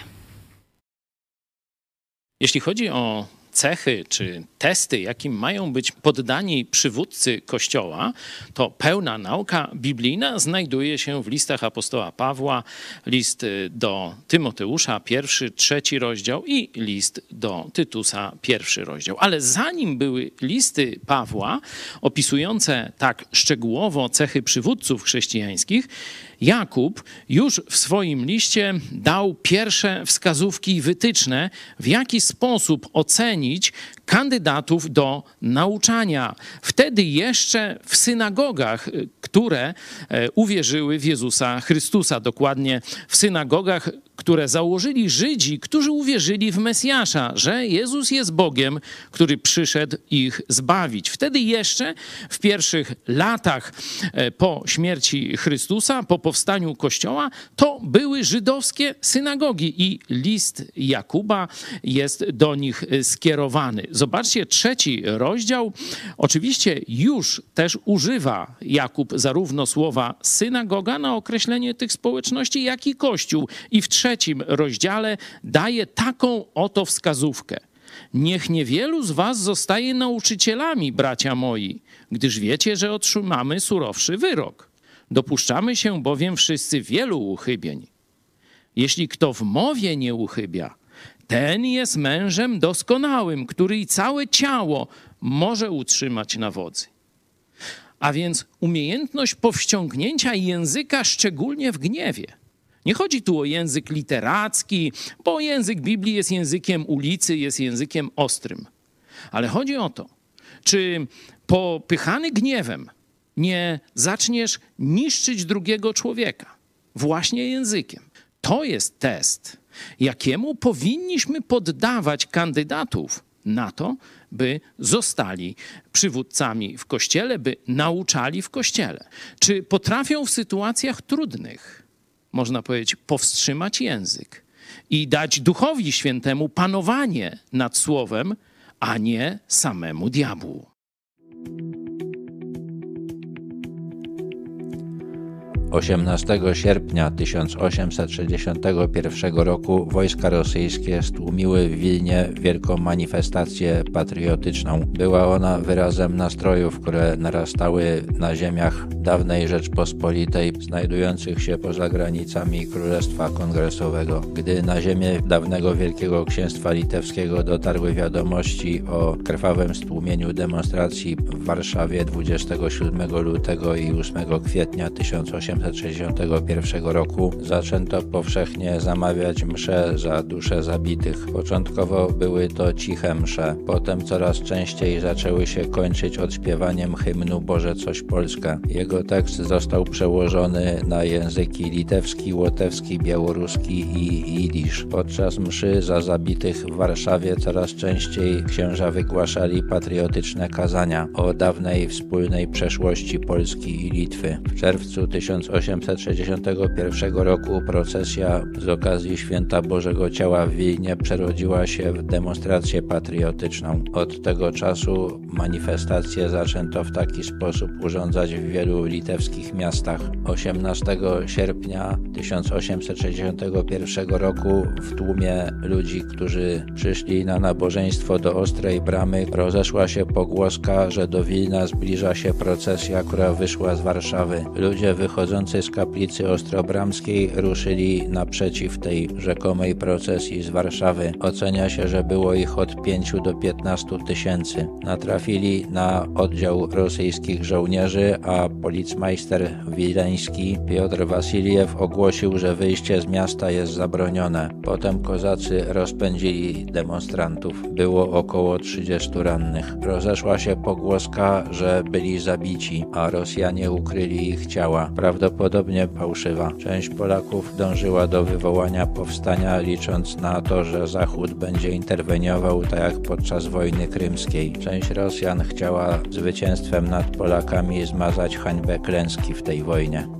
K: Jeśli chodzi o cechy czy testy, jakim mają być poddani przywódcy Kościoła, to pełna nauka biblijna znajduje się w listach apostoła Pawła, list do Tymoteusza, pierwszy, trzeci rozdział i list do Tytusa, pierwszy rozdział. Ale zanim były listy Pawła opisujące tak szczegółowo cechy przywódców chrześcijańskich, Jakub już w swoim liście dał pierwsze wskazówki i wytyczne, w jaki sposób ocenić kandydatów do nauczania. Wtedy jeszcze w synagogach, które uwierzyły w Jezusa Chrystusa, dokładnie w synagogach, które założyli Żydzi, którzy uwierzyli w Mesjasza, że Jezus jest Bogiem, który przyszedł ich zbawić. Wtedy jeszcze w pierwszych latach po śmierci Chrystusa, po powstaniu Kościoła, to były żydowskie synagogi i list Jakuba jest do nich skierowany. Zobaczcie, trzeci rozdział. Oczywiście już też używa Jakub zarówno słowa synagoga na określenie tych społeczności, jak i Kościół. I w trzecim rozdziale daje taką oto wskazówkę. Niech niewielu z was zostaje nauczycielami, bracia moi, gdyż wiecie, że otrzymamy surowszy wyrok. Dopuszczamy się bowiem wszyscy wielu uchybień. Jeśli kto w mowie nie uchybia, ten jest mężem doskonałym, który i całe ciało może utrzymać na wodzy. A więc umiejętność powściągnięcia języka, szczególnie w gniewie, Nie chodzi tu o język literacki, bo język Biblii jest językiem ulicy, jest językiem ostrym. Ale chodzi o to, czy popychany gniewem nie zaczniesz niszczyć drugiego człowieka właśnie językiem. To jest test, jakiemu powinniśmy poddawać kandydatów na to, by zostali przywódcami w Kościele, by nauczali w Kościele. Czy potrafią w sytuacjach trudnych, można powiedzieć, powstrzymać język i dać Duchowi Świętemu panowanie nad słowem, a nie samemu diabłu.
L: osiemnastego sierpnia tysiąc osiemset sześćdziesiątego pierwszego roku wojska rosyjskie stłumiły w Wilnie wielką manifestację patriotyczną. Była ona wyrazem nastrojów, które narastały na ziemiach dawnej Rzeczpospolitej, znajdujących się poza granicami Królestwa Kongresowego. Gdy na ziemię dawnego Wielkiego Księstwa Litewskiego dotarły wiadomości o krwawym stłumieniu demonstracji w Warszawie dwudziestego siódmego lutego i ósmego kwietnia tysiąc osiemset sześćdziesiątego pierwszego roku, zaczęto powszechnie zamawiać msze za dusze zabitych. Początkowo były to ciche msze, potem coraz częściej zaczęły się kończyć odśpiewaniem hymnu Boże coś Polska. Jego tekst został przełożony na języki litewski, łotewski, białoruski i jidysz. Podczas mszy za zabitych w Warszawie coraz częściej księża wygłaszali patriotyczne kazania o dawnej wspólnej przeszłości Polski i Litwy. W czerwcu tysiąc osiemset sześćdziesiątego pierwszego roku procesja z okazji Święta Bożego Ciała w Wilnie przerodziła się w demonstrację patriotyczną. Od tego czasu manifestacje zaczęto w taki sposób urządzać w wielu litewskich miastach. osiemnastego sierpnia tysiąc osiemset sześćdziesiątego pierwszego roku w tłumie ludzi, którzy przyszli na nabożeństwo do Ostrej Bramy, rozeszła się pogłoska, że do Wilna zbliża się procesja, która wyszła z Warszawy. Ludzie wychodzący z kaplicy ostrobramskiej ruszyli naprzeciw tej rzekomej procesji z Warszawy. Ocenia się, że było ich od pięciu do piętnastu tysięcy. Natrafili na oddział rosyjskich żołnierzy, a policmajster wileński Piotr Wasiliew ogłosił, że wyjście z miasta jest zabronione. Potem kozacy rozpędzili demonstrantów. Było około trzydziestu rannych. Rozeszła się pogłoska, że byli zabici, a Rosjanie ukryli ich ciała. Prawdopodobnie fałszywa. Część Polaków dążyła do wywołania powstania, licząc na to, że Zachód będzie interweniował tak jak podczas wojny krymskiej. Część Rosjan chciała zwycięstwem nad Polakami zmazać hańbę klęski w tej wojnie.